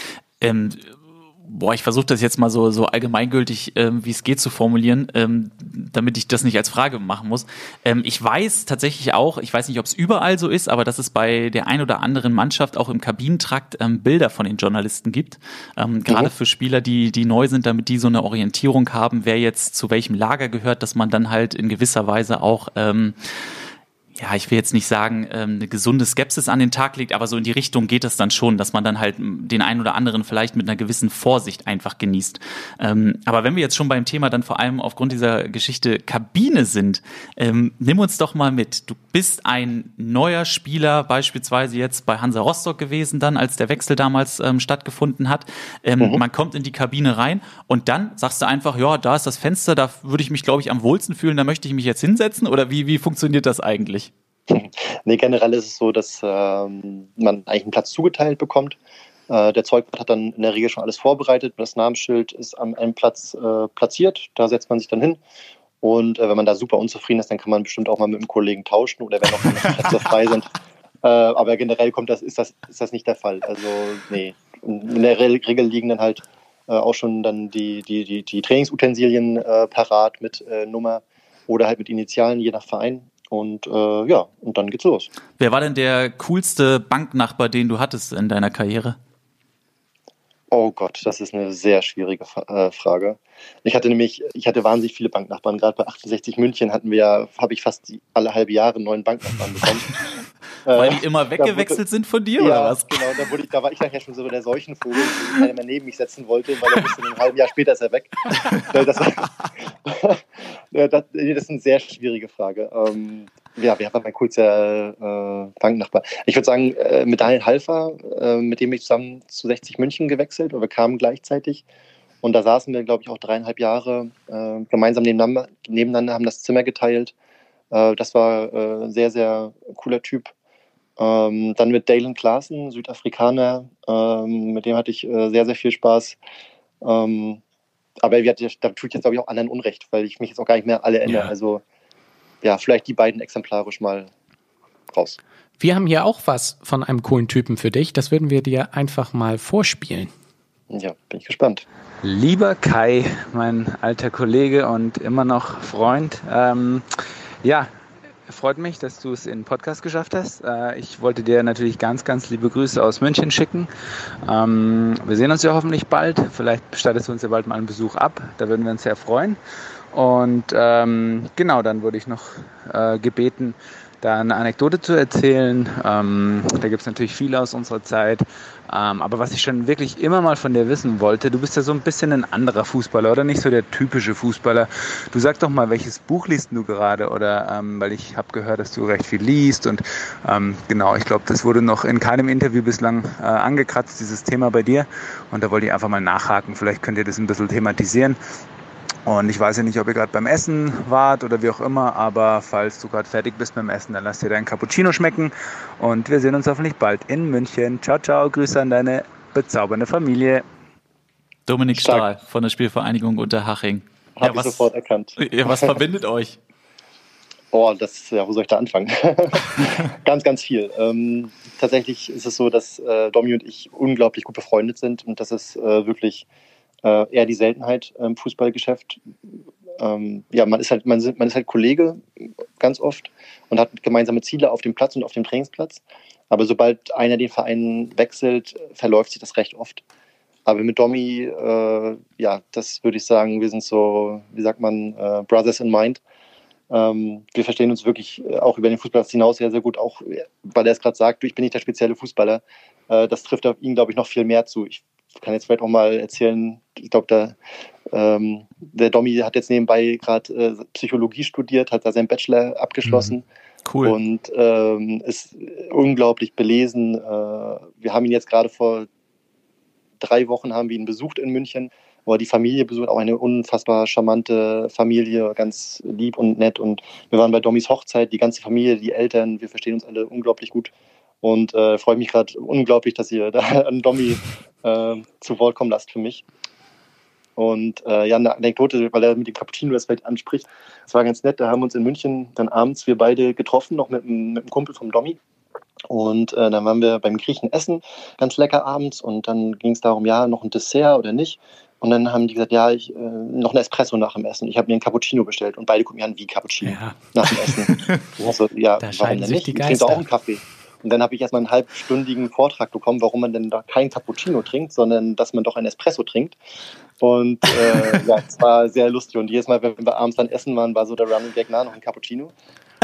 Ich versuche das jetzt mal so allgemeingültig, wie es geht, zu formulieren, damit ich das nicht als Frage machen muss. Ich weiß tatsächlich auch, ich weiß nicht, ob es überall so ist, aber dass es bei der ein oder anderen Mannschaft auch im Kabinentrakt Bilder von den Journalisten gibt. Gerade für Spieler, die neu sind, damit die so eine Orientierung haben, wer jetzt zu welchem Lager gehört, dass man dann halt in gewisser Weise auch ich will jetzt nicht sagen, eine gesunde Skepsis an den Tag legt, aber so in die Richtung geht es dann schon, dass man dann halt den einen oder anderen vielleicht mit einer gewissen Vorsicht einfach genießt. Aber wenn wir jetzt schon beim Thema dann vor allem aufgrund dieser Geschichte Kabine sind, nimm uns doch mal mit. Du bist ein neuer Spieler, beispielsweise jetzt bei Hansa Rostock gewesen dann, als der Wechsel damals stattgefunden hat. Man kommt in die Kabine rein und dann sagst du einfach, ja, da ist das Fenster, da würde ich mich, glaube ich, am wohlsten fühlen, da möchte ich mich jetzt hinsetzen, oder wie funktioniert das eigentlich? Nee, generell ist es so, dass man eigentlich einen Platz zugeteilt bekommt. Der Zeugwart hat dann in der Regel schon alles vorbereitet. Das Namensschild ist an einem Platz platziert. Da setzt man sich dann hin. Und wenn man da super unzufrieden ist, dann kann man bestimmt auch mal mit einem Kollegen tauschen oder wenn noch Plätze frei sind. Aber generell ist das nicht der Fall. Also nee. In der Regel liegen dann halt auch schon dann die Trainingsutensilien parat mit Nummer oder halt mit Initialen, je nach Verein. Und und dann geht's los. Wer war denn der coolste Banknachbar, den du hattest in deiner Karriere? Oh Gott, das ist eine sehr schwierige Frage. Ich hatte wahnsinnig viele Banknachbarn. Gerade bei 68 München habe ich fast alle halbe Jahre einen neuen Banknachbarn bekommen. Weil die immer weggewechselt sind von dir, oder was? Genau, da war ich nachher schon so der Seuchenvogel, den keiner mehr neben mich setzen wollte, weil er wusste, ein halbes Jahr später ist er weg. Das ist eine sehr schwierige Frage. Wer war mein coolster Banknachbar? Ich würde sagen, mit Daniel Halfer, mit dem bin ich zusammen zu 60 München gewechselt, und wir kamen gleichzeitig. Und da saßen wir, glaube ich, auch 3,5 Jahre gemeinsam nebeneinander, haben das Zimmer geteilt. Das war ein sehr, sehr cooler Typ. Dann mit Dalen Klaassen, Südafrikaner, mit dem hatte ich sehr, sehr viel Spaß. Aber da tue ich jetzt, glaube ich, auch anderen Unrecht, weil ich mich jetzt auch gar nicht mehr alle erinnere. Ja. Also ja, vielleicht die beiden exemplarisch mal raus. Wir haben hier auch was von einem coolen Typen für dich. Das würden wir dir einfach mal vorspielen. Ja, bin ich gespannt. Lieber Kai, mein alter Kollege und immer noch Freund, freut mich, dass du es in den Podcast geschafft hast. Ich wollte dir natürlich ganz, ganz liebe Grüße aus München schicken. Wir sehen uns ja hoffentlich bald. Vielleicht stattest du uns ja bald mal einen Besuch ab. Da würden wir uns sehr freuen. Und genau, dann wurde ich noch gebeten, da eine Anekdote zu erzählen. Da gibt es natürlich viele aus unserer Zeit. Aber was ich schon wirklich immer mal von dir wissen wollte, du bist ja so ein bisschen ein anderer Fußballer oder nicht so der typische Fußballer. Du sag doch mal, welches Buch liest du gerade? Oder weil ich habe gehört, dass du recht viel liest. Und genau, ich glaube, das wurde noch in keinem Interview bislang angekratzt, dieses Thema bei dir. Und da wollte ich einfach mal nachhaken. Vielleicht könnt ihr das ein bisschen thematisieren. Und ich weiß ja nicht, ob ihr gerade beim Essen wart oder wie auch immer, aber falls du gerade fertig bist beim Essen, dann lass dir deinen Cappuccino schmecken und wir sehen uns hoffentlich bald in München. Ciao, ciao, Grüße an deine bezaubernde Familie. Dominik Stahl von der Spielvereinigung Unterhaching. Habe ich sofort erkannt. Ja, was verbindet euch? Oh, wo soll ich da anfangen? Ganz, ganz viel. Tatsächlich ist es so, dass Domi und ich unglaublich gut befreundet sind und das ist wirklich eher die Seltenheit im Fußballgeschäft. Man ist halt Kollege ganz oft und hat gemeinsame Ziele auf dem Platz und auf dem Trainingsplatz. Aber sobald einer den Verein wechselt, verläuft sich das recht oft. Aber mit Domi, das würde ich sagen, wir sind so, wie sagt man, Brothers in Mind. Wir verstehen uns wirklich auch über den Fußballplatz hinaus sehr, sehr gut, auch weil er es gerade sagt, ich bin nicht der spezielle Fußballer. Das trifft auf ihn, glaube ich, noch viel mehr zu. Ich kann jetzt vielleicht auch mal erzählen, ich glaube, der Domi hat jetzt nebenbei gerade Psychologie studiert, hat da seinen Bachelor abgeschlossen. Cool. Und ist unglaublich belesen. Wir haben ihn jetzt gerade vor 3 Wochen haben wir ihn besucht in München, wo er die Familie besucht, auch eine unfassbar charmante Familie, ganz lieb und nett. Und wir waren bei Domis Hochzeit, die ganze Familie, die Eltern, wir verstehen uns alle unglaublich gut. Und freue mich gerade unglaublich, dass ihr da an Domi zu Wort kommen lasst für mich. Und eine Anekdote, weil er mit dem Cappuccino das vielleicht anspricht. Das war ganz nett, da haben wir uns in München dann abends wir beide getroffen, noch mit einem Kumpel vom Domi. Und dann waren wir beim Griechen essen, ganz lecker abends. Und dann ging es darum, ja, noch ein Dessert oder nicht. Und dann haben die gesagt, ja, noch ein Espresso nach dem Essen. Ich habe mir einen Cappuccino bestellt. Und beide gucken mich an, wie Cappuccino nach dem Essen. Also, ja, da warum denn nicht? Ich trinke auch einen Kaffee. Und dann habe ich erstmal einen halbstündigen Vortrag bekommen, warum man denn da kein Cappuccino trinkt, sondern dass man doch einen Espresso trinkt. Und es war sehr lustig. Und jedes Mal, wenn wir abends dann essen waren, war so der Running Gag, noch ein Cappuccino.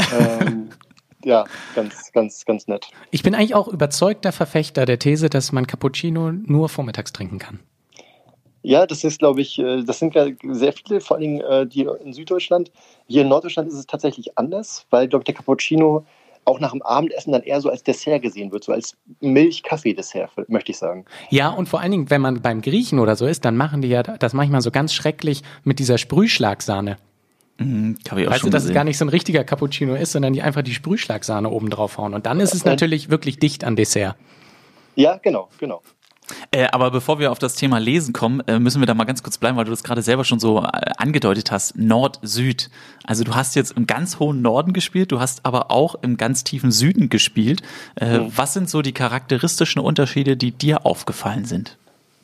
Ganz, ganz, ganz nett. Ich bin eigentlich auch überzeugter Verfechter der These, dass man Cappuccino nur vormittags trinken kann. Ja, das ist, glaube ich, das sind ja sehr viele, vor allen Dingen die in Süddeutschland. Hier in Norddeutschland ist es tatsächlich anders, weil, glaube ich, der Cappuccino auch nach dem Abendessen dann eher so als Dessert gesehen wird, so als Milch-Kaffee-Dessert, möchte ich sagen. Ja, und vor allen Dingen, wenn man beim Griechen oder so ist, dann machen die ja das manchmal so ganz schrecklich mit dieser Sprühschlagsahne. Weißt du, dass es gar nicht so ein richtiger Cappuccino ist, sondern die einfach die Sprühschlagsahne oben drauf hauen. Und dann ist es natürlich wirklich dicht an Dessert. Ja, genau. Aber bevor wir auf das Thema Lesen kommen, müssen wir da mal ganz kurz bleiben, weil du das gerade selber schon so angedeutet hast. Nord-Süd. Also du hast jetzt im ganz hohen Norden gespielt, du hast aber auch im ganz tiefen Süden gespielt. Was sind so die charakteristischen Unterschiede, die dir aufgefallen sind?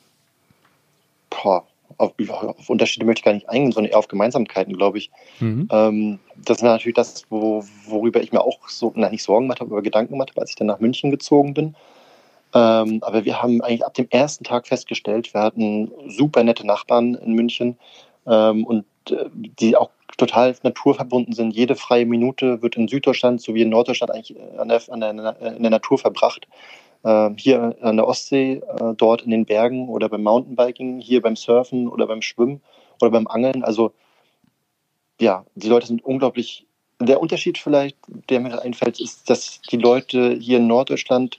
Auf Unterschiede möchte ich gar nicht eingehen, sondern eher auf Gemeinsamkeiten, glaube ich. Das ist natürlich das, worüber ich mir auch nicht Sorgen gemacht habe, aber Gedanken gemacht habe, als ich dann nach München gezogen bin. Aber wir haben eigentlich ab dem ersten Tag festgestellt, wir hatten super nette Nachbarn in München und die auch total naturverbunden sind. Jede freie Minute wird in Süddeutschland sowie in Norddeutschland eigentlich in der Natur verbracht. Hier an der Ostsee, dort in den Bergen oder beim Mountainbiking, hier beim Surfen oder beim Schwimmen oder beim Angeln. Also ja, die Leute sind unglaublich. Der Unterschied vielleicht, der mir einfällt, ist, dass die Leute hier in Norddeutschland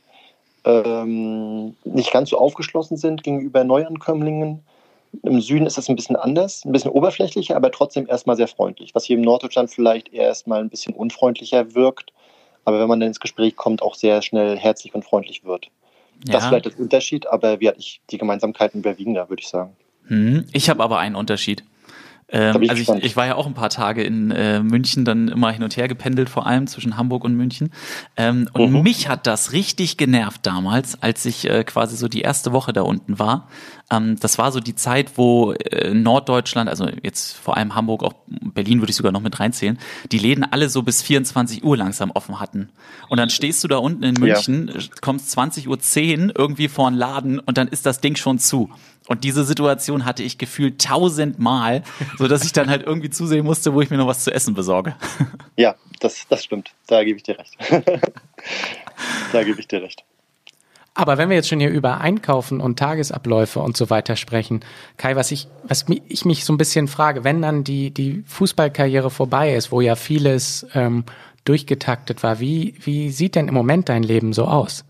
nicht ganz so aufgeschlossen sind gegenüber Neuankömmlingen. Im Süden ist das ein bisschen anders, ein bisschen oberflächlicher, aber trotzdem erstmal sehr freundlich, was hier in Norddeutschland vielleicht erstmal ein bisschen unfreundlicher wirkt, aber wenn man dann ins Gespräch kommt, auch sehr schnell herzlich und freundlich wird. Ja. Das ist vielleicht der Unterschied, aber die Gemeinsamkeiten überwiegen da, würde ich sagen. Ich habe aber einen Unterschied. Also ich war ja auch ein paar Tage in München, dann immer hin und her gependelt, vor allem zwischen Hamburg und München. Und mich hat das richtig genervt damals, als ich quasi so die erste Woche da unten war. Das war so die Zeit, wo Norddeutschland, also jetzt vor allem Hamburg, auch Berlin würde ich sogar noch mit reinzählen, die Läden alle so bis 24 Uhr langsam offen hatten. Und dann stehst du da unten in München, kommst 20:10 Uhr irgendwie vor den Laden und dann ist das Ding schon zu. Und diese Situation hatte ich gefühlt 1000-mal, so dass ich dann halt irgendwie zusehen musste, wo ich mir noch was zu essen besorge. Ja, das stimmt. Da gebe ich dir recht. Da gebe ich dir recht. Aber wenn wir jetzt schon hier über Einkaufen und Tagesabläufe und so weiter sprechen, Kai, was ich mich so ein bisschen frage, wenn dann die Fußballkarriere vorbei ist, wo ja vieles durchgetaktet war, wie sieht denn im Moment dein Leben so aus?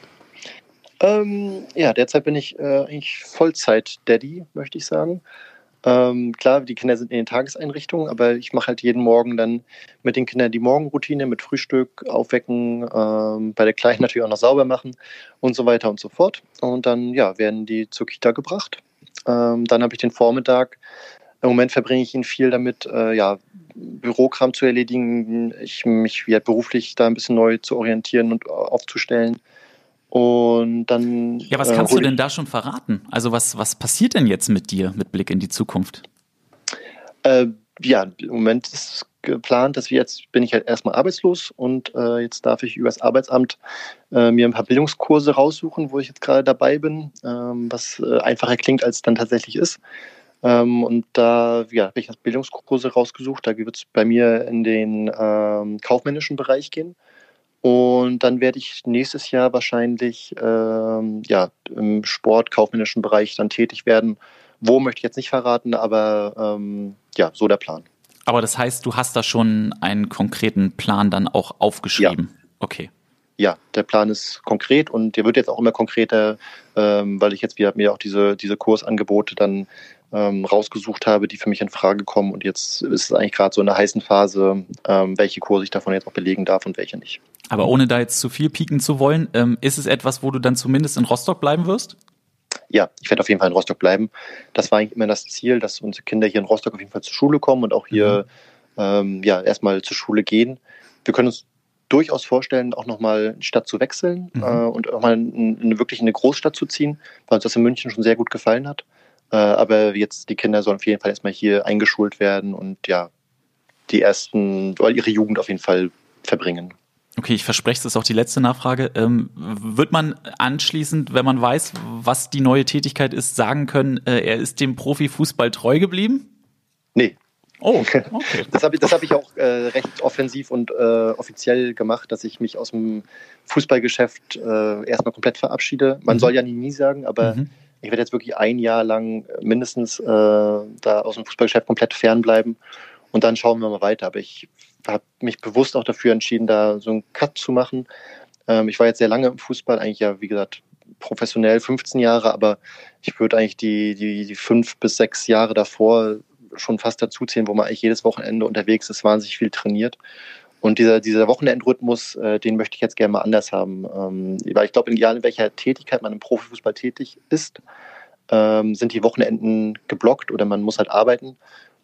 Derzeit bin ich eigentlich Vollzeit-Daddy, möchte ich sagen. Klar, die Kinder sind in den Tageseinrichtungen, aber ich mache halt jeden Morgen dann mit den Kindern die Morgenroutine mit Frühstück, Aufwecken, bei der Kleinen natürlich auch noch sauber machen und so weiter und so fort. Und dann werden die zur Kita gebracht. Dann habe ich den Vormittag. Im Moment verbringe ich ihn viel damit, Bürokram zu erledigen, mich beruflich da ein bisschen neu zu orientieren und aufzustellen. Und dann. Ja, was kannst du denn da schon verraten? Also was passiert denn jetzt mit dir mit Blick in die Zukunft? Im Moment ist geplant, dass jetzt bin ich halt erstmal arbeitslos und jetzt darf ich übers Arbeitsamt mir ein paar Bildungskurse raussuchen, wo ich jetzt gerade dabei bin, was einfacher klingt, als es dann tatsächlich ist. Und da habe ich das Bildungskurse rausgesucht. Da wird es bei mir in den kaufmännischen Bereich gehen. Und dann werde ich nächstes Jahr wahrscheinlich im sportkaufmännischen Bereich dann tätig werden. Wo möchte ich jetzt nicht verraten, aber so der Plan. Aber das heißt, du hast da schon einen konkreten Plan dann auch aufgeschrieben? Ja. Okay. Ja, der Plan ist konkret und der wird jetzt auch immer konkreter, weil ich jetzt mir auch diese Kursangebote dann rausgesucht habe, die für mich in Frage kommen. Und jetzt ist es eigentlich gerade so in der heißen Phase, welche Kurse ich davon jetzt auch belegen darf und welche nicht. Aber ohne da jetzt zu viel pieken zu wollen, ist es etwas, wo du dann zumindest in Rostock bleiben wirst? Ja, ich werde auf jeden Fall in Rostock bleiben. Das war eigentlich immer das Ziel, dass unsere Kinder hier in Rostock auf jeden Fall zur Schule kommen und auch hier erstmal zur Schule gehen. Wir können uns durchaus vorstellen, auch nochmal die Stadt zu wechseln und auch mal wirklich in eine Großstadt zu ziehen, weil uns das in München schon sehr gut gefallen hat. Aber jetzt die Kinder sollen auf jeden Fall erstmal hier eingeschult werden und ihre Jugend auf jeden Fall verbringen. Okay, ich verspreche, es ist auch die letzte Nachfrage. Wird man anschließend, wenn man weiß, was die neue Tätigkeit ist, sagen können, er ist dem Profifußball treu geblieben? Nee. Oh, okay. Das hab ich auch recht offensiv und offiziell gemacht, dass ich mich aus dem Fußballgeschäft erstmal komplett verabschiede. Man soll ja nie sagen, aber ich werde jetzt wirklich ein Jahr lang mindestens da aus dem Fußballgeschäft komplett fernbleiben und dann schauen wir mal weiter. Aber ich habe mich bewusst auch dafür entschieden, da so einen Cut zu machen. Ich war jetzt sehr lange im Fußball, eigentlich wie gesagt, professionell 15 Jahre, aber ich würde eigentlich die 5 bis 6 Jahre davor schon fast dazu zählen, wo man eigentlich jedes Wochenende unterwegs ist, wahnsinnig viel trainiert. Und dieser Wochenendrhythmus, den möchte ich jetzt gerne mal anders haben. Weil ich glaube, egal in welcher Tätigkeit man im Profifußball tätig ist, sind die Wochenenden geblockt oder man muss halt arbeiten.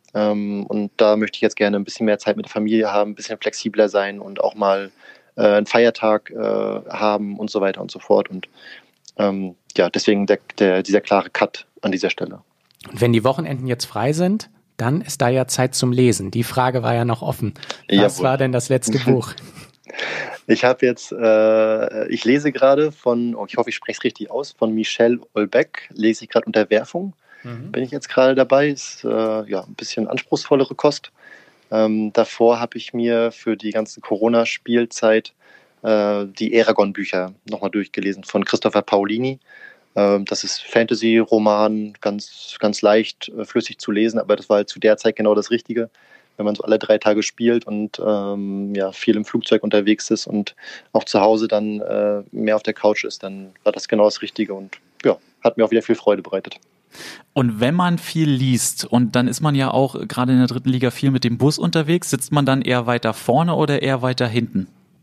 Und da möchte ich jetzt gerne ein bisschen mehr Zeit mit der Familie haben, ein bisschen flexibler sein und auch mal einen Feiertag haben und so weiter und so fort. Und deswegen dieser klare Cut an dieser Stelle. Und wenn die Wochenenden jetzt frei sind, dann ist da ja Zeit zum Lesen. Die Frage war ja noch offen. Was war denn das letzte Buch? Ich habe jetzt, ich lese gerade ich hoffe, ich spreche es richtig aus, von Michel Houellebecq, lese ich gerade Unterwerfung. Bin ich jetzt gerade dabei. Ist ein bisschen anspruchsvollere Kost. Davor habe ich mir für die ganze Corona-Spielzeit die Eragon-Bücher nochmal durchgelesen von Christopher Paolini. Das ist Fantasy-Roman, ganz, ganz leicht, flüssig zu lesen, aber das war halt zu der Zeit genau das Richtige. Wenn man so alle 3 Tage spielt und viel im Flugzeug unterwegs ist und auch zu Hause dann mehr auf der Couch ist, dann war das genau das Richtige und hat mir auch wieder viel Freude bereitet. Und wenn man viel liest und dann ist man ja auch gerade in der 3. Liga viel mit dem Bus unterwegs, sitzt man dann eher weiter vorne oder eher weiter hinten?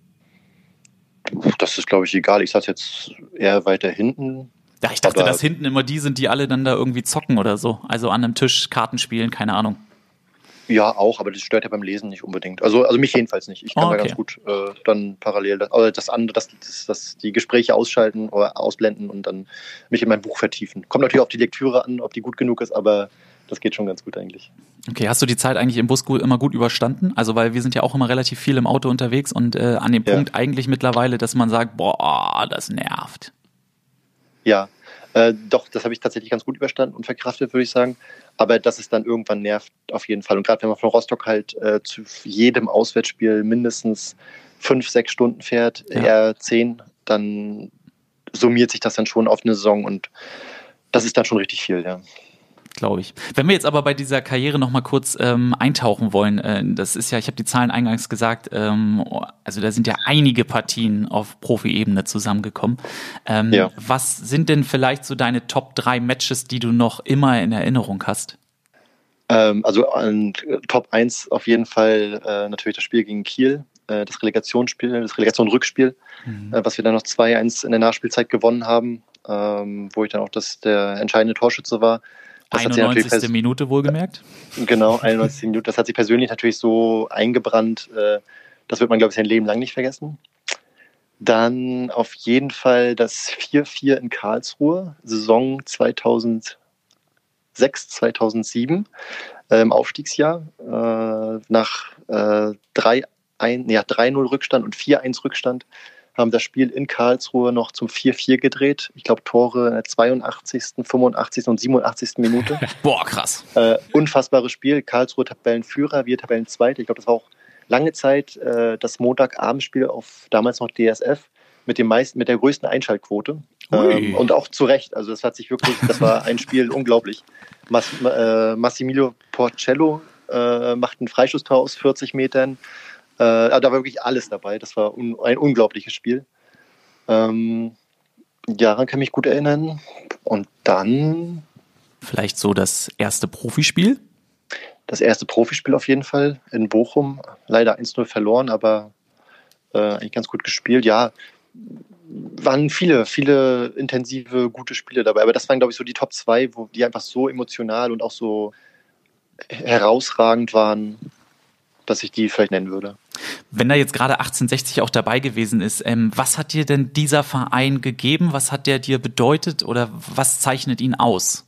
Das ist, glaube ich, egal. Ich saß jetzt eher weiter hinten. Ja, ich dachte, dass hinten immer die sind, die alle dann da irgendwie zocken oder so. Also an einem Tisch Karten spielen, keine Ahnung. Ja, auch, aber das stört ja beim Lesen nicht unbedingt. Also mich jedenfalls nicht. Ich kann da ganz gut dann parallel die Gespräche ausschalten oder ausblenden und dann mich in mein Buch vertiefen. Kommt natürlich auf die Lektüre an, ob die gut genug ist, aber das geht schon ganz gut eigentlich. Okay, hast du die Zeit eigentlich im Bus immer gut überstanden? Also, weil wir sind ja auch immer relativ viel im Auto unterwegs und an dem Punkt eigentlich mittlerweile, dass man sagt, boah, das nervt. Ja, doch, das habe ich tatsächlich ganz gut überstanden und verkraftet, würde ich sagen. Aber dass es dann irgendwann nervt, auf jeden Fall. Und gerade wenn man von Rostock halt zu jedem Auswärtsspiel mindestens 5-6 Stunden fährt, eher 10, dann summiert sich das dann schon auf eine Saison und das ist dann schon richtig viel, ja. Glaube ich. Wenn wir jetzt aber bei dieser Karriere noch mal kurz eintauchen wollen, das ist ja, ich habe die Zahlen eingangs gesagt, also da sind ja einige Partien auf Profi-Ebene zusammengekommen. Was sind denn vielleicht so deine Top 3 Matches, die du noch immer in Erinnerung hast? Also an Top 1 auf jeden Fall natürlich das Spiel gegen Kiel, das Relegation-Rückspiel, was wir dann noch 2-1 in der Nachspielzeit gewonnen haben, wo ich dann auch der entscheidende Torschütze war. Das 91. Minute wohlgemerkt. Genau, 91. Minute. Das hat sich persönlich natürlich so eingebrannt, das wird man, glaube ich, sein Leben lang nicht vergessen. Dann auf jeden Fall das 4-4 in Karlsruhe, Saison 2006/2007, im Aufstiegsjahr, nach 3-0 Rückstand und 4-1 Rückstand, haben das Spiel in Karlsruhe noch zum 4-4 gedreht. Ich glaube, Tore in der 82., 85. und 87. Minute. Boah, krass. Unfassbares Spiel. Karlsruhe Tabellenführer, wir Tabellenzweite. Ich glaube, das war auch lange Zeit das Montagabendspiel auf damals noch DSF mit der größten Einschaltquote. Und auch zu Recht. Also das war ein Spiel unglaublich. Massimilio Porcello macht ein Freistoßtor aus 40 Metern. Da war wirklich alles dabei. Das war ein unglaubliches Spiel. Daran kann ich mich gut erinnern. Und dann... Vielleicht so das erste Profispiel? Das erste Profispiel auf jeden Fall in Bochum. Leider 1-0 verloren, aber eigentlich ganz gut gespielt. Ja, waren viele intensive, gute Spiele dabei. Aber das waren, glaube ich, so die Top 2, die einfach so emotional und auch so herausragend waren, dass ich die vielleicht nennen würde. Wenn da jetzt gerade 1860 auch dabei gewesen ist, was hat dir denn dieser Verein gegeben? Was hat der dir bedeutet oder was zeichnet ihn aus?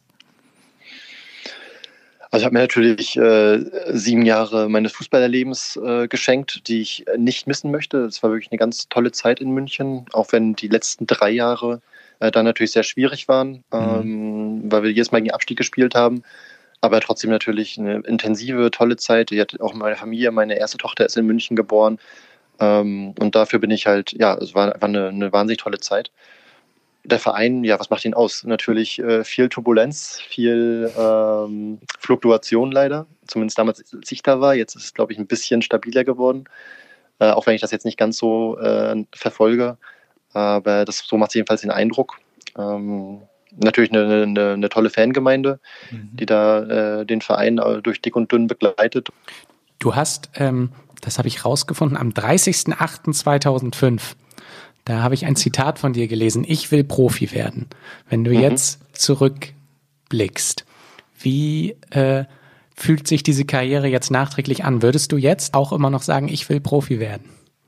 Also ich habe mir natürlich 7 Jahre meines Fußballerlebens geschenkt, die ich nicht missen möchte. Es war wirklich eine ganz tolle Zeit in München, auch wenn die letzten 3 Jahre dann natürlich sehr schwierig waren, weil wir jedes Mal gegen Abstieg gespielt haben. Aber trotzdem natürlich eine intensive, tolle Zeit. Die hat auch meine Familie, meine erste Tochter ist in München geboren. Und dafür bin ich halt, es war einfach eine wahnsinnig tolle Zeit. Der Verein, was macht ihn aus? Natürlich viel Turbulenz, viel Fluktuation leider. Zumindest damals, als ich da war. Jetzt ist es, glaube ich, ein bisschen stabiler geworden. Auch wenn ich das jetzt nicht ganz so verfolge. Aber so macht es jedenfalls den Eindruck. Natürlich eine tolle Fangemeinde, die da den Verein durch dick und dünn begleitet. Du hast, das habe ich rausgefunden, am 30.08.2005, da habe ich ein Zitat von dir gelesen, ich will Profi werden. Wenn du jetzt zurückblickst, wie fühlt sich diese Karriere jetzt nachträglich an? Würdest du jetzt auch immer noch sagen, ich will Profi werden?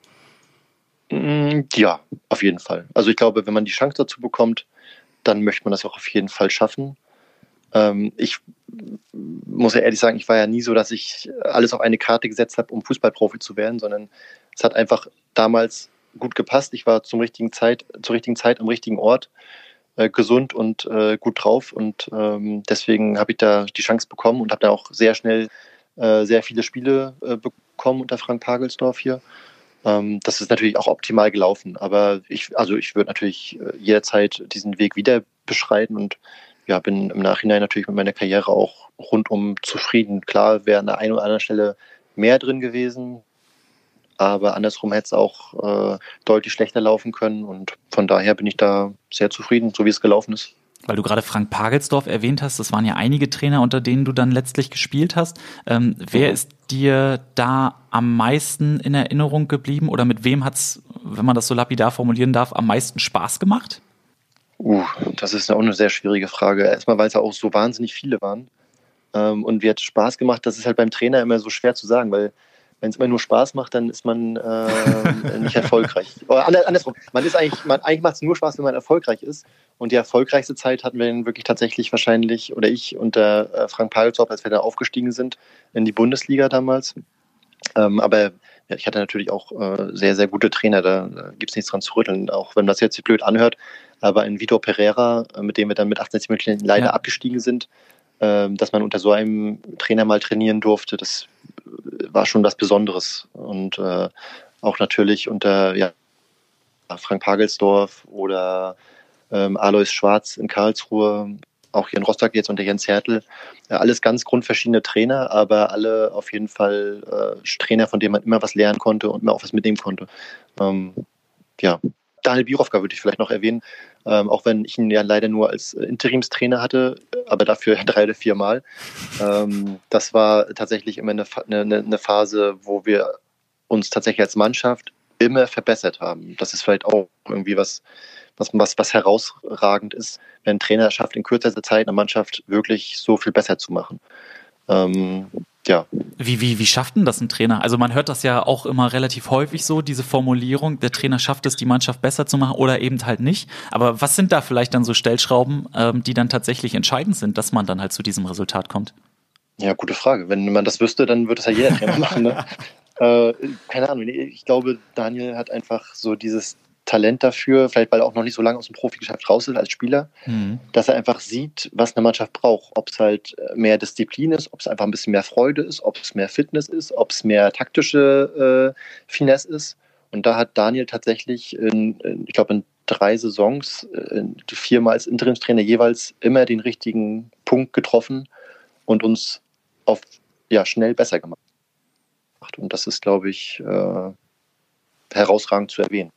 Ja, auf jeden Fall. Also ich glaube, wenn man die Chance dazu bekommt, dann möchte man das auch auf jeden Fall schaffen. Ich muss ja ehrlich sagen, ich war ja nie so, dass ich alles auf eine Karte gesetzt habe, um Fußballprofi zu werden, sondern es hat einfach damals gut gepasst. Ich war zur richtigen Zeit am richtigen Ort, gesund und gut drauf und deswegen habe ich da die Chance bekommen und habe da auch sehr schnell sehr viele Spiele bekommen unter Frank Pagelsdorf hier. Das ist natürlich auch optimal gelaufen, aber ich würde natürlich jederzeit diesen Weg wieder beschreiten und bin im Nachhinein natürlich mit meiner Karriere auch rundum zufrieden. Klar wäre an der einen oder anderen Stelle mehr drin gewesen, aber andersrum hätte es auch deutlich schlechter laufen können und von daher bin ich da sehr zufrieden, so wie es gelaufen ist. Weil du gerade Frank Pagelsdorf erwähnt hast, das waren ja einige Trainer, unter denen du dann letztlich gespielt hast. Wer ist dir da am meisten in Erinnerung geblieben oder mit wem hat's, wenn man das so lapidar formulieren darf, am meisten Spaß gemacht? Das ist auch eine sehr schwierige Frage. Erstmal, weil es ja auch so wahnsinnig viele waren. Und wie hat Spaß gemacht? Das ist halt beim Trainer immer so schwer zu sagen, weil wenn es immer nur Spaß macht, dann ist man nicht erfolgreich. Oder andersrum, eigentlich macht es nur Spaß, wenn man erfolgreich ist. Und die erfolgreichste Zeit hatten wir dann wirklich tatsächlich wahrscheinlich, oder ich unter Frank Pagelsdorf, als wir da aufgestiegen sind in die Bundesliga damals. Aber ja, ich hatte natürlich auch sehr, sehr gute Trainer, da gibt es nichts dran zu rütteln, auch wenn das jetzt blöd anhört. Aber in Vitor Pereira, mit dem wir dann mit 68 München leider abgestiegen sind, dass man unter so einem Trainer mal trainieren durfte, das war schon was Besonderes. Und auch natürlich unter Frank Pagelsdorf oder Alois Schwarz in Karlsruhe, auch hier in Rostock jetzt unter Jens Hertel. Alles ganz grundverschiedene Trainer, aber alle auf jeden Fall Trainer, von denen man immer was lernen konnte und immer auch was mitnehmen konnte. Daniel Birovka würde ich vielleicht noch erwähnen, auch wenn ich ihn ja leider nur als Interimstrainer hatte, aber dafür 3 oder 4 Mal. Das war tatsächlich immer eine Phase, wo wir uns tatsächlich als Mannschaft immer verbessert haben. Das ist vielleicht auch irgendwie was herausragend ist, wenn ein Trainer schafft, in kürzester Zeit eine Mannschaft wirklich so viel besser zu machen. Wie schafft denn das ein Trainer? Also man hört das ja auch immer relativ häufig so, diese Formulierung, der Trainer schafft es, die Mannschaft besser zu machen oder eben halt nicht. Aber was sind da vielleicht dann so Stellschrauben, die dann tatsächlich entscheidend sind, dass man dann halt zu diesem Resultat kommt? Ja, gute Frage. Wenn man das wüsste, dann würde es ja jeder Trainer machen. Ne? Keine Ahnung. Ich glaube, Daniel hat einfach so dieses Talent dafür, vielleicht weil er auch noch nicht so lange aus dem Profigeschäft raus ist als Spieler, dass er einfach sieht, was eine Mannschaft braucht. Ob es halt mehr Disziplin ist, ob es einfach ein bisschen mehr Freude ist, ob es mehr Fitness ist, ob es mehr taktische Finesse ist. Und da hat Daniel tatsächlich, ich glaube in 3 Saisons, 4-mal als Interimstrainer jeweils immer den richtigen Punkt getroffen und uns auf schnell besser gemacht. Und das ist, glaube ich, herausragend zu erwähnen.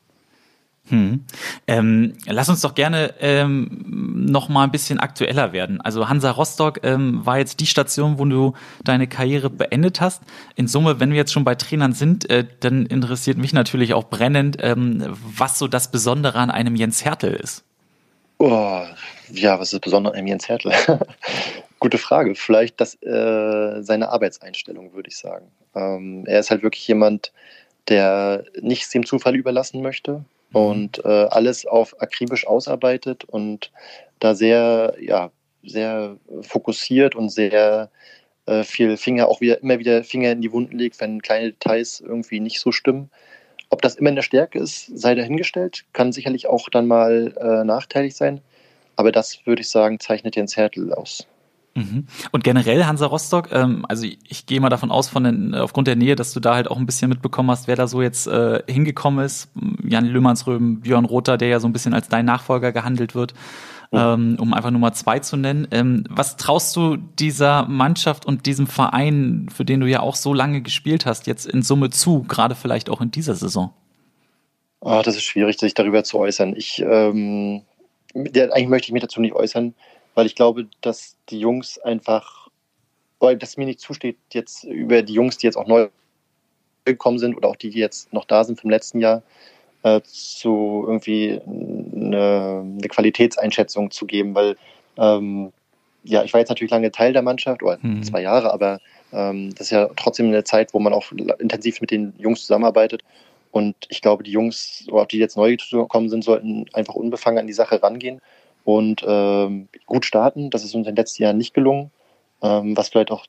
Lass uns doch gerne noch mal ein bisschen aktueller werden. Also Hansa Rostock war jetzt die Station, wo du deine Karriere beendet hast. In Summe, wenn wir jetzt schon bei Trainern sind, dann interessiert mich natürlich auch brennend, was so das Besondere an einem Jens Hertel ist. Was ist das Besondere an einem Jens Hertel? Gute Frage. Vielleicht seine Arbeitseinstellung, würde ich sagen. Er ist halt wirklich jemand, der nichts dem Zufall überlassen möchte und alles auf akribisch ausarbeitet und da sehr fokussiert und sehr viel immer wieder Finger in die Wunden legt, wenn kleine Details irgendwie nicht so stimmen. Ob das immer eine Stärke ist, sei dahingestellt, kann sicherlich auch dann mal nachteilig sein, aber das, würde ich sagen, zeichnet Jens Hertel aus. Und generell Hansa Rostock, also ich gehe mal davon aus, aufgrund der Nähe, dass du da halt auch ein bisschen mitbekommen hast, wer da so jetzt hingekommen ist. Jan Löhmannsröben, Björn Rother, der ja so ein bisschen als dein Nachfolger gehandelt wird, um einfach Nummer 2 zu nennen. Was traust du dieser Mannschaft und diesem Verein, für den du ja auch so lange gespielt hast, jetzt in Summe zu, gerade vielleicht auch in dieser Saison? Das ist schwierig, sich darüber zu äußern. Eigentlich möchte ich mich dazu nicht äußern, weil ich glaube, dass die Jungs einfach, oder dass mir nicht zusteht, jetzt über die Jungs, die jetzt auch neu gekommen sind oder auch die jetzt noch da sind vom letzten Jahr, zu irgendwie eine Qualitätseinschätzung zu geben, weil ich war jetzt natürlich lange Teil der Mannschaft, oder 2 Jahre, aber das ist ja trotzdem eine Zeit, wo man auch intensiv mit den Jungs zusammenarbeitet. Und ich glaube, die Jungs, oder auch die jetzt neu gekommen sind, sollten einfach unbefangen an die Sache rangehen und gut starten. Das ist uns in den letzten Jahren nicht gelungen, was vielleicht auch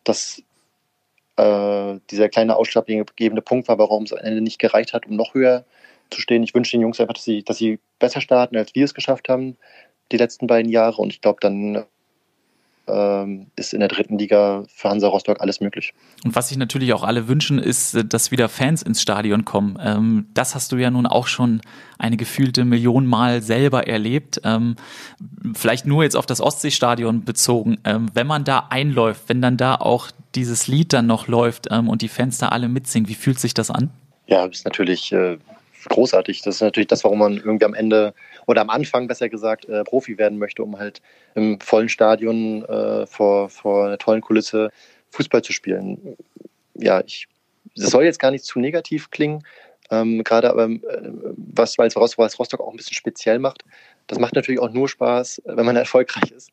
dieser kleine ausschlaggebende Punkt war, warum es am Ende nicht gereicht hat, um noch höher zu stehen. Ich wünsche den Jungs einfach, dass sie besser starten, als wir es geschafft haben, die letzten 2 Jahre. Und ich glaube, dann ist in der 3. Liga für Hansa Rostock alles möglich. Und was sich natürlich auch alle wünschen, ist, dass wieder Fans ins Stadion kommen. Das hast du ja nun auch schon eine gefühlte Million Mal selber erlebt. Vielleicht nur jetzt auf das Ostseestadion bezogen. Wenn man da einläuft, wenn dann da auch dieses Lied dann noch läuft und die Fans da alle mitsingen, wie fühlt sich das an? Ja, das ist natürlich großartig. Das ist natürlich das, warum man irgendwie am Ende oder am Anfang besser gesagt Profi werden möchte, um halt im vollen Stadion vor einer tollen Kulisse Fußball zu spielen. Ja, das soll jetzt gar nicht zu negativ klingen, Gerade aber, was Rostock auch ein bisschen speziell macht, das macht natürlich auch nur Spaß, wenn man erfolgreich ist.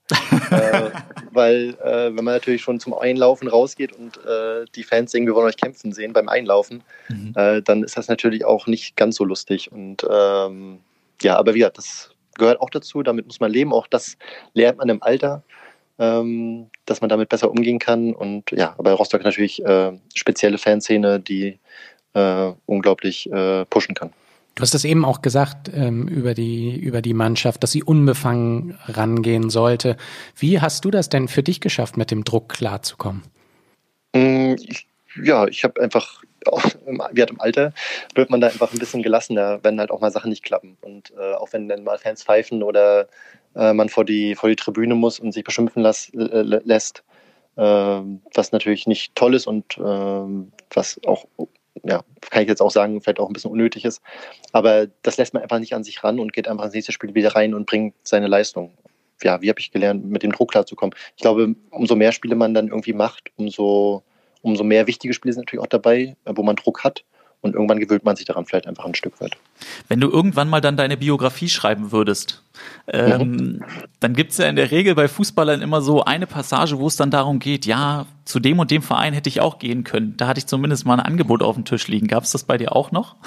Weil wenn man natürlich schon zum Einlaufen rausgeht und die Fans sagen, wir wollen euch kämpfen sehen beim Einlaufen, dann ist das natürlich auch nicht ganz so lustig. Und aber wie gesagt, das gehört auch dazu, damit muss man leben. Auch das lernt man im Alter, dass man damit besser umgehen kann. Und ja, aber Rostock natürlich spezielle Fanszene, die unglaublich pushen kann. Du hast das eben auch gesagt über die Mannschaft, dass sie unbefangen rangehen sollte. Wie hast du das denn für dich geschafft, mit dem Druck klarzukommen? Ich habe einfach, wie im Alter, wird man da einfach ein bisschen gelassener, wenn halt auch mal Sachen nicht klappen. Und auch wenn dann mal Fans pfeifen oder man vor die Tribüne muss und sich beschimpfen lässt, was natürlich nicht toll ist und was auch, ja, kann ich jetzt auch sagen, vielleicht auch ein bisschen unnötig ist. Aber das lässt man einfach nicht an sich ran und geht einfach ins nächste Spiel wieder rein und bringt seine Leistung. Ja, wie habe ich gelernt, mit dem Druck klarzukommen? Ich glaube, umso mehr Spiele man dann irgendwie macht, umso mehr wichtige Spiele sind natürlich auch dabei, wo man Druck hat. Und irgendwann gewöhnt man sich daran vielleicht einfach ein Stück weit. Wenn du irgendwann mal dann deine Biografie schreiben würdest, dann gibt es ja in der Regel bei Fußballern immer so eine Passage, wo es dann darum geht, ja, zu dem und dem Verein hätte ich auch gehen können. Da hatte ich zumindest mal ein Angebot auf dem Tisch liegen. Gab es das bei dir auch noch?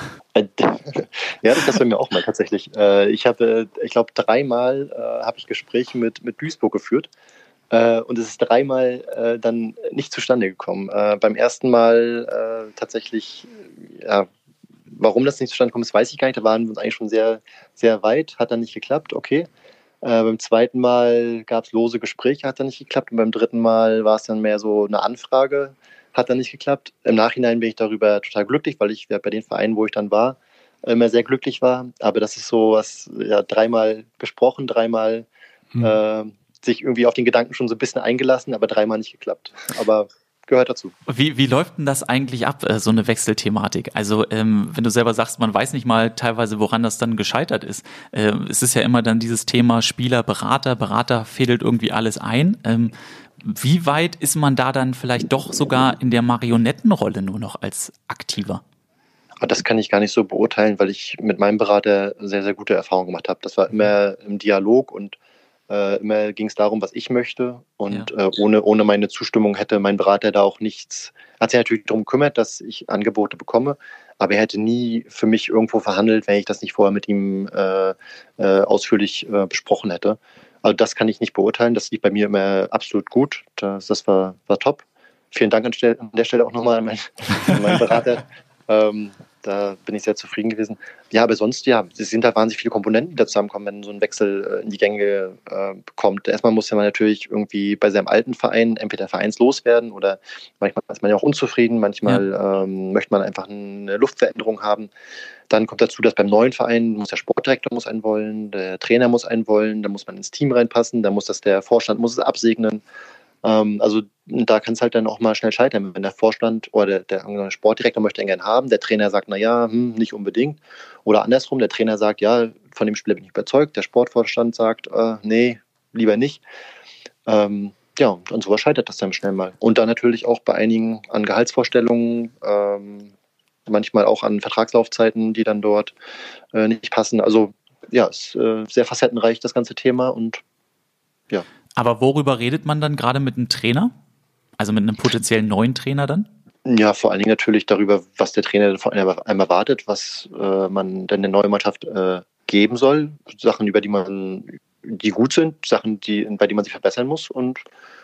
Ja, das bei mir auch mal tatsächlich. Ich glaube, 3-mal habe ich Gespräche mit Duisburg geführt. Und es ist 3-mal dann nicht zustande gekommen. Beim ersten Mal tatsächlich, warum das nicht zustande gekommen ist, weiß ich gar nicht. Da waren wir uns eigentlich schon sehr, sehr weit, hat dann nicht geklappt, okay. Beim zweiten Mal gab es lose Gespräche, hat dann nicht geklappt. Und beim dritten Mal war es dann mehr so eine Anfrage, hat dann nicht geklappt. Im Nachhinein bin ich darüber total glücklich, weil ich bei den Vereinen, wo ich dann war, immer sehr glücklich war. Aber das ist so was, 3-mal gesprochen, 3-mal sich irgendwie auf den Gedanken schon so ein bisschen eingelassen, aber 3-mal nicht geklappt. Aber gehört dazu. Wie läuft denn das eigentlich ab, so eine Wechselthematik? Also wenn du selber sagst, man weiß nicht mal teilweise, woran das dann gescheitert ist. Es ist ja immer dann dieses Thema Spieler, Berater fädelt irgendwie alles ein. Wie weit ist man da dann vielleicht doch sogar in der Marionettenrolle nur noch als Aktiver? Das kann ich gar nicht so beurteilen, weil ich mit meinem Berater sehr, sehr gute Erfahrungen gemacht habe. Das war immer im Dialog und immer ging es darum, was ich möchte. Und ohne meine Zustimmung hätte mein Berater da auch nichts. Hat sich natürlich darum gekümmert, dass ich Angebote bekomme, aber er hätte nie für mich irgendwo verhandelt, wenn ich das nicht vorher mit ihm ausführlich besprochen hätte. Also das kann ich nicht beurteilen. Das lief bei mir immer absolut gut. Das war top. Vielen Dank an der Stelle auch nochmal an meinen Berater. Da bin ich sehr zufrieden gewesen. Ja, aber sonst, es sind da wahnsinnig viele Komponenten, die da zusammenkommen, wenn so ein Wechsel in die Gänge kommt. Erstmal muss ja man natürlich irgendwie bei seinem alten Verein entweder vereinslos werden oder manchmal ist man ja auch unzufrieden, manchmal möchte man einfach eine Luftveränderung haben. Dann kommt dazu, dass beim neuen Verein muss der Sportdirektor einen wollen, der Trainer muss einen wollen, da muss man ins Team reinpassen, da muss der Vorstand muss es absegnen. Also da kann es halt dann auch mal schnell scheitern, wenn der Vorstand oder der Sportdirektor möchte ihn gerne haben, der Trainer sagt, nicht unbedingt. Oder andersrum, der Trainer sagt, ja, von dem Spieler bin ich überzeugt, der Sportvorstand sagt, nee, lieber nicht. Und sowas scheitert das dann schnell mal. Und dann natürlich auch bei einigen an Gehaltsvorstellungen, manchmal auch an Vertragslaufzeiten, die dann dort nicht passen. Also ist sehr facettenreich, das ganze Thema und ja. Aber worüber redet man dann gerade mit einem Trainer? Also mit einem potenziellen neuen Trainer dann? Ja, vor allen Dingen natürlich darüber, was der Trainer von einem erwartet, was man denn der neuen Mannschaft geben soll. Sachen, die gut sind, Sachen, bei denen man sich verbessern muss. Und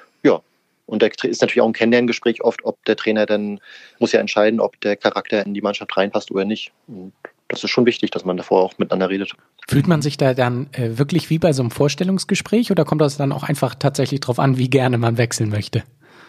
da ist natürlich auch ein Kennenlerngespräch oft, ob der Trainer dann muss ja entscheiden, ob der Charakter in die Mannschaft reinpasst oder nicht. Und das ist schon wichtig, dass man davor auch miteinander redet. Fühlt man sich da dann wirklich wie bei so einem Vorstellungsgespräch oder kommt das dann auch einfach tatsächlich drauf an, wie gerne man wechseln möchte?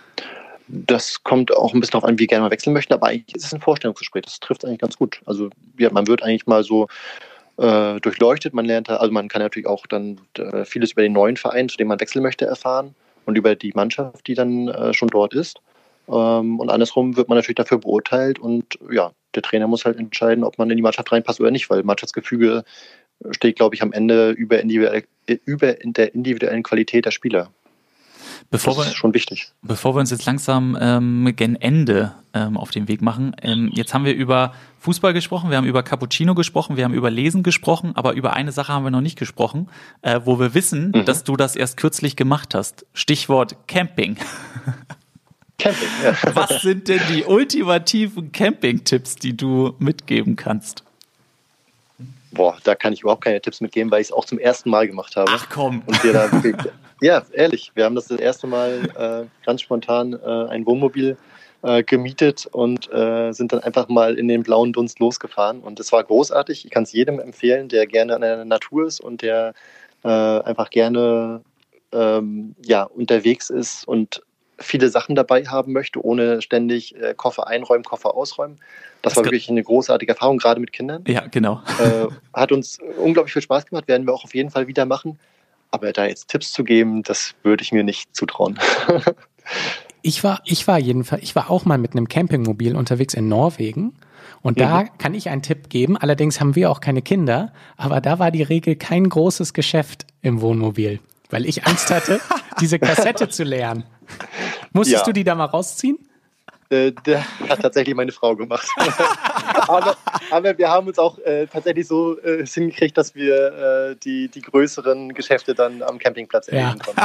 Das kommt auch ein bisschen darauf an, wie gerne man wechseln möchte, aber eigentlich ist es ein Vorstellungsgespräch. Das trifft eigentlich ganz gut. Also man wird eigentlich mal so durchleuchtet. Man kann natürlich auch dann vieles über den neuen Verein, zu dem man wechseln möchte, erfahren und über die Mannschaft, die dann schon dort ist. Und andersrum wird man natürlich dafür beurteilt und der Trainer muss halt entscheiden, ob man in die Mannschaft reinpasst oder nicht, weil Mannschaftsgefüge steht, glaube ich, am Ende über in der individuellen Qualität der Spieler. Das ist schon wichtig. Bevor wir uns jetzt langsam gen Ende auf den Weg machen, jetzt haben wir über Fußball gesprochen, wir haben über Cappuccino gesprochen, wir haben über Lesen gesprochen, aber über eine Sache haben wir noch nicht gesprochen, wo wir wissen, dass du das erst kürzlich gemacht hast. Stichwort Camping. Camping, ja. Was sind denn die ultimativen Camping-Tipps, die du mitgeben kannst? Boah, da kann ich überhaupt keine Tipps mitgeben, weil ich es auch zum ersten Mal gemacht habe. Ach komm. Und wir da wirklich, ja, ehrlich, wir haben das erste Mal ganz spontan ein Wohnmobil gemietet und sind dann einfach mal in den blauen Dunst losgefahren. Und es war großartig. Ich kann es jedem empfehlen, der gerne an der Natur ist und der einfach gerne unterwegs ist und viele Sachen dabei haben möchte, ohne ständig Koffer einräumen, Koffer ausräumen. Das war wirklich eine großartige Erfahrung, gerade mit Kindern. Ja, genau. Hat uns unglaublich viel Spaß gemacht, werden wir auch auf jeden Fall wieder machen. Aber da jetzt Tipps zu geben, das würde ich mir nicht zutrauen. Ich war auch mal mit einem Campingmobil unterwegs in Norwegen. Und da kann ich einen Tipp geben. Allerdings haben wir auch keine Kinder. Aber da war die Regel kein großes Geschäft im Wohnmobil. Weil ich Angst hatte, diese Kassette zu leeren. Musstest du die da mal rausziehen? Der hat tatsächlich meine Frau gemacht. aber wir haben uns auch tatsächlich so hingekriegt, dass wir die größeren Geschäfte dann am Campingplatz erleben konnten.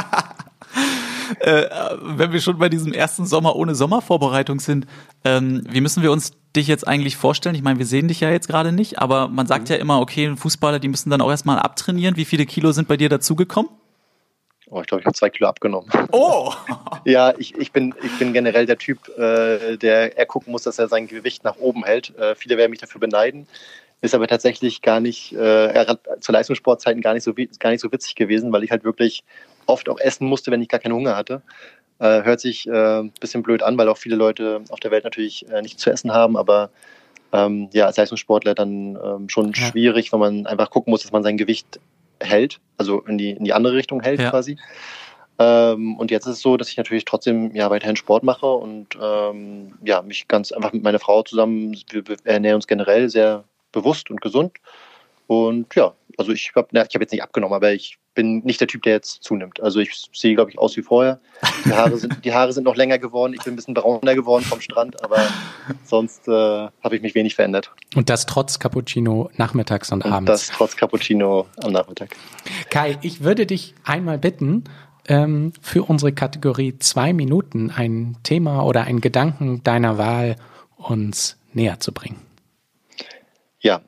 Wenn wir schon bei diesem ersten Sommer ohne Sommervorbereitung sind, wie müssen wir uns dich jetzt eigentlich vorstellen? Ich meine, wir sehen dich ja jetzt gerade nicht, aber man sagt ja immer, okay, Fußballer, die müssen dann auch erstmal abtrainieren. Wie viele Kilo sind bei dir dazugekommen? Oh, ich glaube, ich habe 2 Kilo abgenommen. Oh! Ja, ich bin generell der Typ, der gucken muss, dass er sein Gewicht nach oben hält. Viele werden mich dafür beneiden. Ist aber tatsächlich gar nicht, zu Leistungssportzeiten gar nicht so witzig gewesen, weil ich halt wirklich oft auch essen musste, wenn ich gar keinen Hunger hatte. Hört sich ein bisschen blöd an, weil auch viele Leute auf der Welt natürlich nichts zu essen haben, aber als Leistungssportler dann schon schwierig, weil man einfach gucken muss, dass man sein Gewicht hält, also in die andere Richtung hält quasi. Und jetzt ist es so, dass ich natürlich trotzdem weiterhin Sport mache und mich ganz einfach mit meiner Frau zusammen, wir ernähren uns generell sehr bewusst und gesund. Und also ich hab jetzt nicht abgenommen, aber ich bin nicht der Typ, der jetzt zunimmt. Also ich sehe, glaube ich, aus wie vorher. Die Haare sind noch länger geworden, ich bin ein bisschen brauner geworden vom Strand, aber sonst habe ich mich wenig verändert. Und das trotz Cappuccino nachmittags und abends. Das trotz Cappuccino am Nachmittag. Kai, ich würde dich einmal bitten, für unsere Kategorie 2 Minuten ein Thema oder einen Gedanken deiner Wahl uns näher zu bringen. Ja,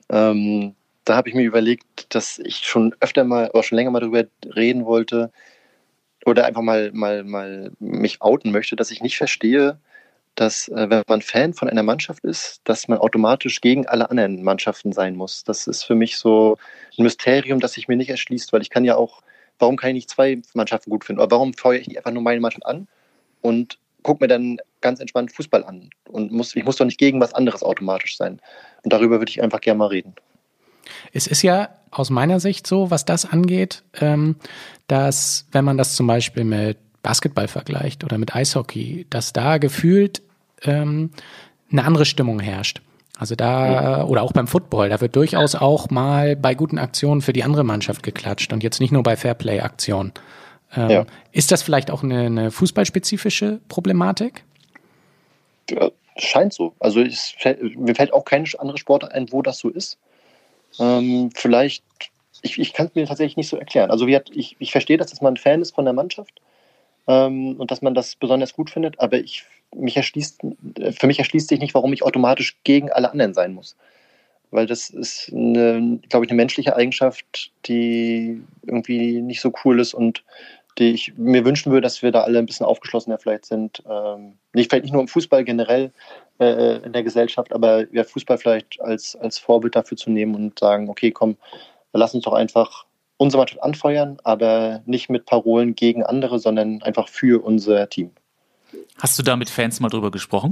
da habe ich mir überlegt, dass ich schon länger mal darüber reden wollte oder einfach mal mich outen möchte, dass ich nicht verstehe, dass wenn man Fan von einer Mannschaft ist, dass man automatisch gegen alle anderen Mannschaften sein muss. Das ist für mich so ein Mysterium, das sich mir nicht erschließt, weil warum kann ich nicht 2 Mannschaften gut finden? Oder warum feuere ich nicht einfach nur meine Mannschaft an und gucke mir dann ganz entspannt Fußball an? Und ich muss doch nicht gegen was anderes automatisch sein. Und darüber würde ich einfach gerne mal reden. Es ist ja aus meiner Sicht so, was das angeht, dass, wenn man das zum Beispiel mit Basketball vergleicht oder mit Eishockey, dass da gefühlt eine andere Stimmung herrscht. Also oder auch beim Football, da wird durchaus auch mal bei guten Aktionen für die andere Mannschaft geklatscht und jetzt nicht nur bei Fairplay-Aktionen. Ist das vielleicht auch eine fußballspezifische Problematik? Ja, scheint so. Also mir fällt auch keine andere Sportart ein, wo das so ist. Vielleicht, ich kann es mir tatsächlich nicht so erklären. Also ich verstehe, dass man ein Fan ist von der Mannschaft und dass man das besonders gut findet, aber für mich erschließt sich nicht, warum ich automatisch gegen alle anderen sein muss. Weil das ist, glaube ich, eine menschliche Eigenschaft, die irgendwie nicht so cool ist und die ich mir wünschen würde, dass wir da alle ein bisschen aufgeschlossener vielleicht sind. Vielleicht nicht nur im Fußball generell in der Gesellschaft, aber Fußball vielleicht als Vorbild dafür zu nehmen und sagen, okay, komm, lass uns doch einfach unsere Mannschaft anfeuern, aber nicht mit Parolen gegen andere, sondern einfach für unser Team. Hast du da mit Fans mal drüber gesprochen?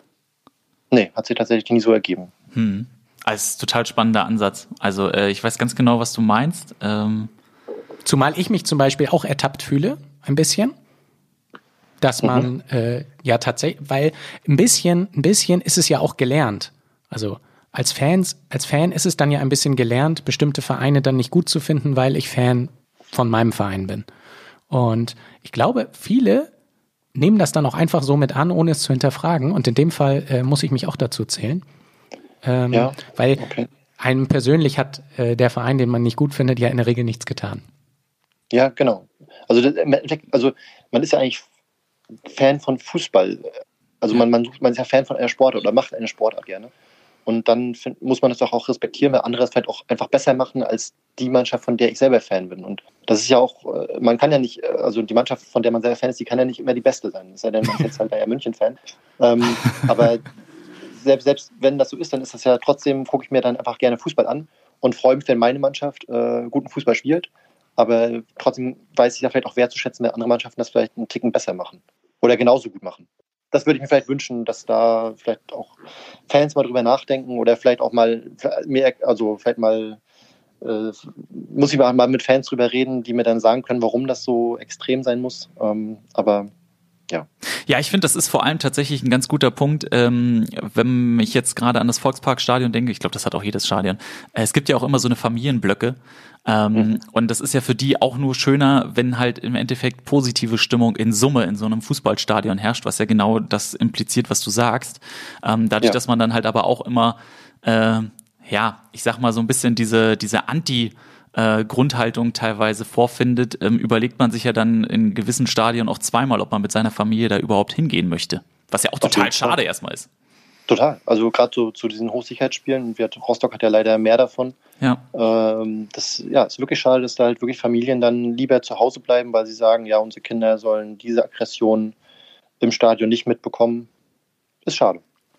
Nee, hat sich tatsächlich nie so ergeben. Also total spannender Ansatz. Also ich weiß ganz genau, was du meinst. Zumal ich mich zum Beispiel auch ertappt fühle, ein bisschen. Dass man tatsächlich, weil ein bisschen ist es ja auch gelernt. Also als Fan ist es dann ja ein bisschen gelernt, bestimmte Vereine dann nicht gut zu finden, weil ich Fan von meinem Verein bin. Und ich glaube, viele nehmen das dann auch einfach so mit an, ohne es zu hinterfragen. Und in dem Fall muss ich mich auch dazu zählen. Weil einem persönlich hat der Verein, den man nicht gut findet, ja in der Regel nichts getan. Ja, genau. Also man ist ja eigentlich Fan von Fußball. Also man ist ja Fan von einer Sportart oder macht eine Sportart gerne. Und dann muss man das doch auch respektieren, weil andere es vielleicht auch einfach besser machen als die Mannschaft, von der ich selber Fan bin. Und das ist ja auch, man kann ja nicht, also die Mannschaft, von der man selber Fan ist, die kann ja nicht immer die beste sein. Es sei denn, man ist jetzt halt Bayern München-Fan. Aber selbst wenn das so ist, dann ist das ja trotzdem, gucke ich mir dann einfach gerne Fußball an und freue mich, wenn meine Mannschaft guten Fußball spielt. Aber trotzdem weiß ich ja vielleicht auch wertzuschätzen, wenn andere Mannschaften das vielleicht einen Ticken besser machen oder genauso gut machen. Das würde ich mir vielleicht wünschen, dass da vielleicht auch Fans mal drüber nachdenken oder vielleicht auch mal mehr, also vielleicht mal muss ich mal mit Fans drüber reden, die mir dann sagen können, warum das so extrem sein muss. Aber ja. Ja, ich finde, das ist vor allem tatsächlich ein ganz guter Punkt, wenn ich jetzt gerade an das Volksparkstadion denke, ich glaube, das hat auch jedes Stadion. Es gibt ja auch immer so eine Familienblöcke. Und das ist ja für die auch nur schöner, wenn halt im Endeffekt positive Stimmung in Summe in so einem Fußballstadion herrscht, was ja genau das impliziert, was du sagst. Dadurch, dass man dann halt aber auch immer, ich sag mal so ein bisschen diese Grundhaltung teilweise vorfindet, überlegt man sich ja dann in gewissen Stadien auch zweimal, ob man mit seiner Familie da überhaupt hingehen möchte. Was ja auch total schade erstmal ist. Total. Also gerade so zu diesen Hochsicherheitsspielen, Rostock hat ja leider mehr davon. Ja. Das ist wirklich schade, dass da halt wirklich Familien dann lieber zu Hause bleiben, weil sie sagen, ja, unsere Kinder sollen diese Aggression im Stadion nicht mitbekommen. Ist schade.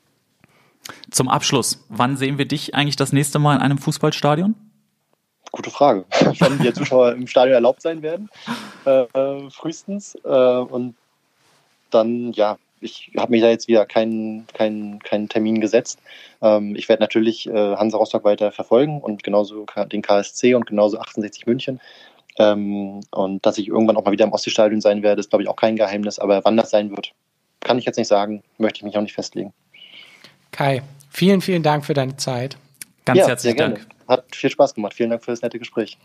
Zum Abschluss, wann sehen wir dich eigentlich das nächste Mal in einem Fußballstadion? Gute Frage. Wenn die Zuschauer im Stadion erlaubt sein werden, frühestens. Und dann, ich habe mich da jetzt wieder keinen Termin gesetzt. Ich werde natürlich Hansa Rostock weiter verfolgen und genauso den KSC und genauso 1860 München. Und dass ich irgendwann auch mal wieder im Ostseestadion sein werde, ist, glaube ich, auch kein Geheimnis. Aber wann das sein wird, kann ich jetzt nicht sagen, möchte ich mich auch nicht festlegen. Kai, vielen, vielen Dank für deine Zeit. Ganz herzlichen Dank. Hat viel Spaß gemacht. Vielen Dank für das nette Gespräch.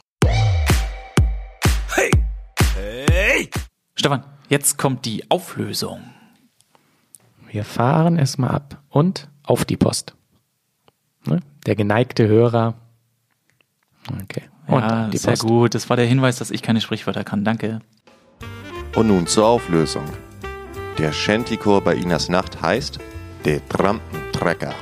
Hey! Hey! Stefan, jetzt kommt die Auflösung. Wir fahren es mal ab und auf die Post. Ne? Der geneigte Hörer. Okay. Und Ja, die sehr Post. gut. Das war der Hinweis, dass ich keine Sprichwörter kann. Danke. Und nun zur Auflösung. Der Shantychor bei Inas Nacht heißt Der Trampentrecker.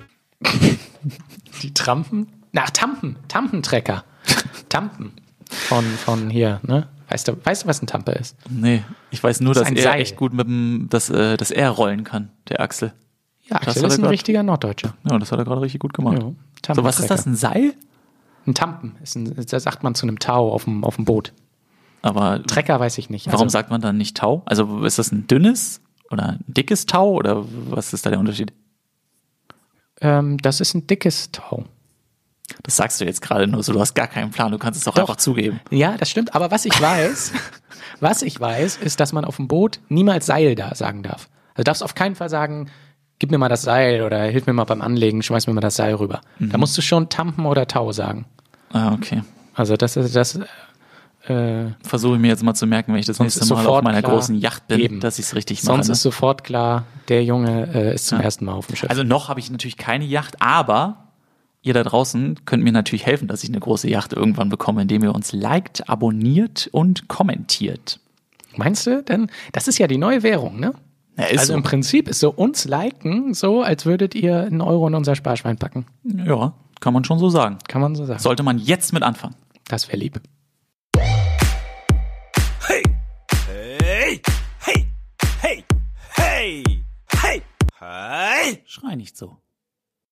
Die Trampen? Tampentrecker. Tampen. Von hier, ne? Weißt du, was ein Tampe ist? Nee, ich weiß nur, Das dass ist ein er Seil. echt gut mit dem das R rollen kann, der Axel. Ja, Das Axel hat ist er ein grad- richtiger Norddeutscher. Ja, das hat er gerade richtig gut gemacht. Ja, So, was ist das, ein Seil? Ein Tampen. Das sagt man zu einem Tau auf dem Boot. Aber Trecker weiß ich nicht. warum Also, sagt man dann nicht Tau? Also ist das ein dünnes oder ein dickes Tau oder was ist da der Unterschied? das ist ein dickes Tau. Das sagst du jetzt gerade nur so, du hast gar keinen Plan, du kannst es auch Doch. einfach zugeben. Ja, das stimmt. Aber was ich weiß, ist, dass man auf dem Boot niemals Seil da sagen darf. Also du darfst auf keinen Fall sagen, gib mir mal das Seil oder hilf mir mal beim Anlegen, schmeiß mir mal das Seil rüber. Da musst du schon Tampen oder Tau sagen. Ah, okay. Also das ist das. Versuche ich mir jetzt mal zu merken, wenn ich das Sonst nächste ist Mal auf sofort meiner klar, großen Yacht bin, eben. dass ich es richtig mache. Sonst Ne? ist sofort klar, der Junge ist zum ersten Mal auf dem Schiff. Also noch habe ich natürlich keine Yacht, aber ihr da draußen könnt mir natürlich helfen, dass ich eine große Yacht irgendwann bekomme, indem ihr uns liked, abonniert und kommentiert. Meinst du? Denn das ist ja die neue Währung, ne? Ja, ist Also so. im Prinzip ist so uns liken so, als würdet ihr einen Euro in unser Sparschwein packen. Ja, kann man schon so sagen. Kann man so sagen. Sollte man jetzt mit anfangen. Das wäre lieb. Hey! Hey! Hey! Hey! Hey! Hey! Hey! Schrei nicht so.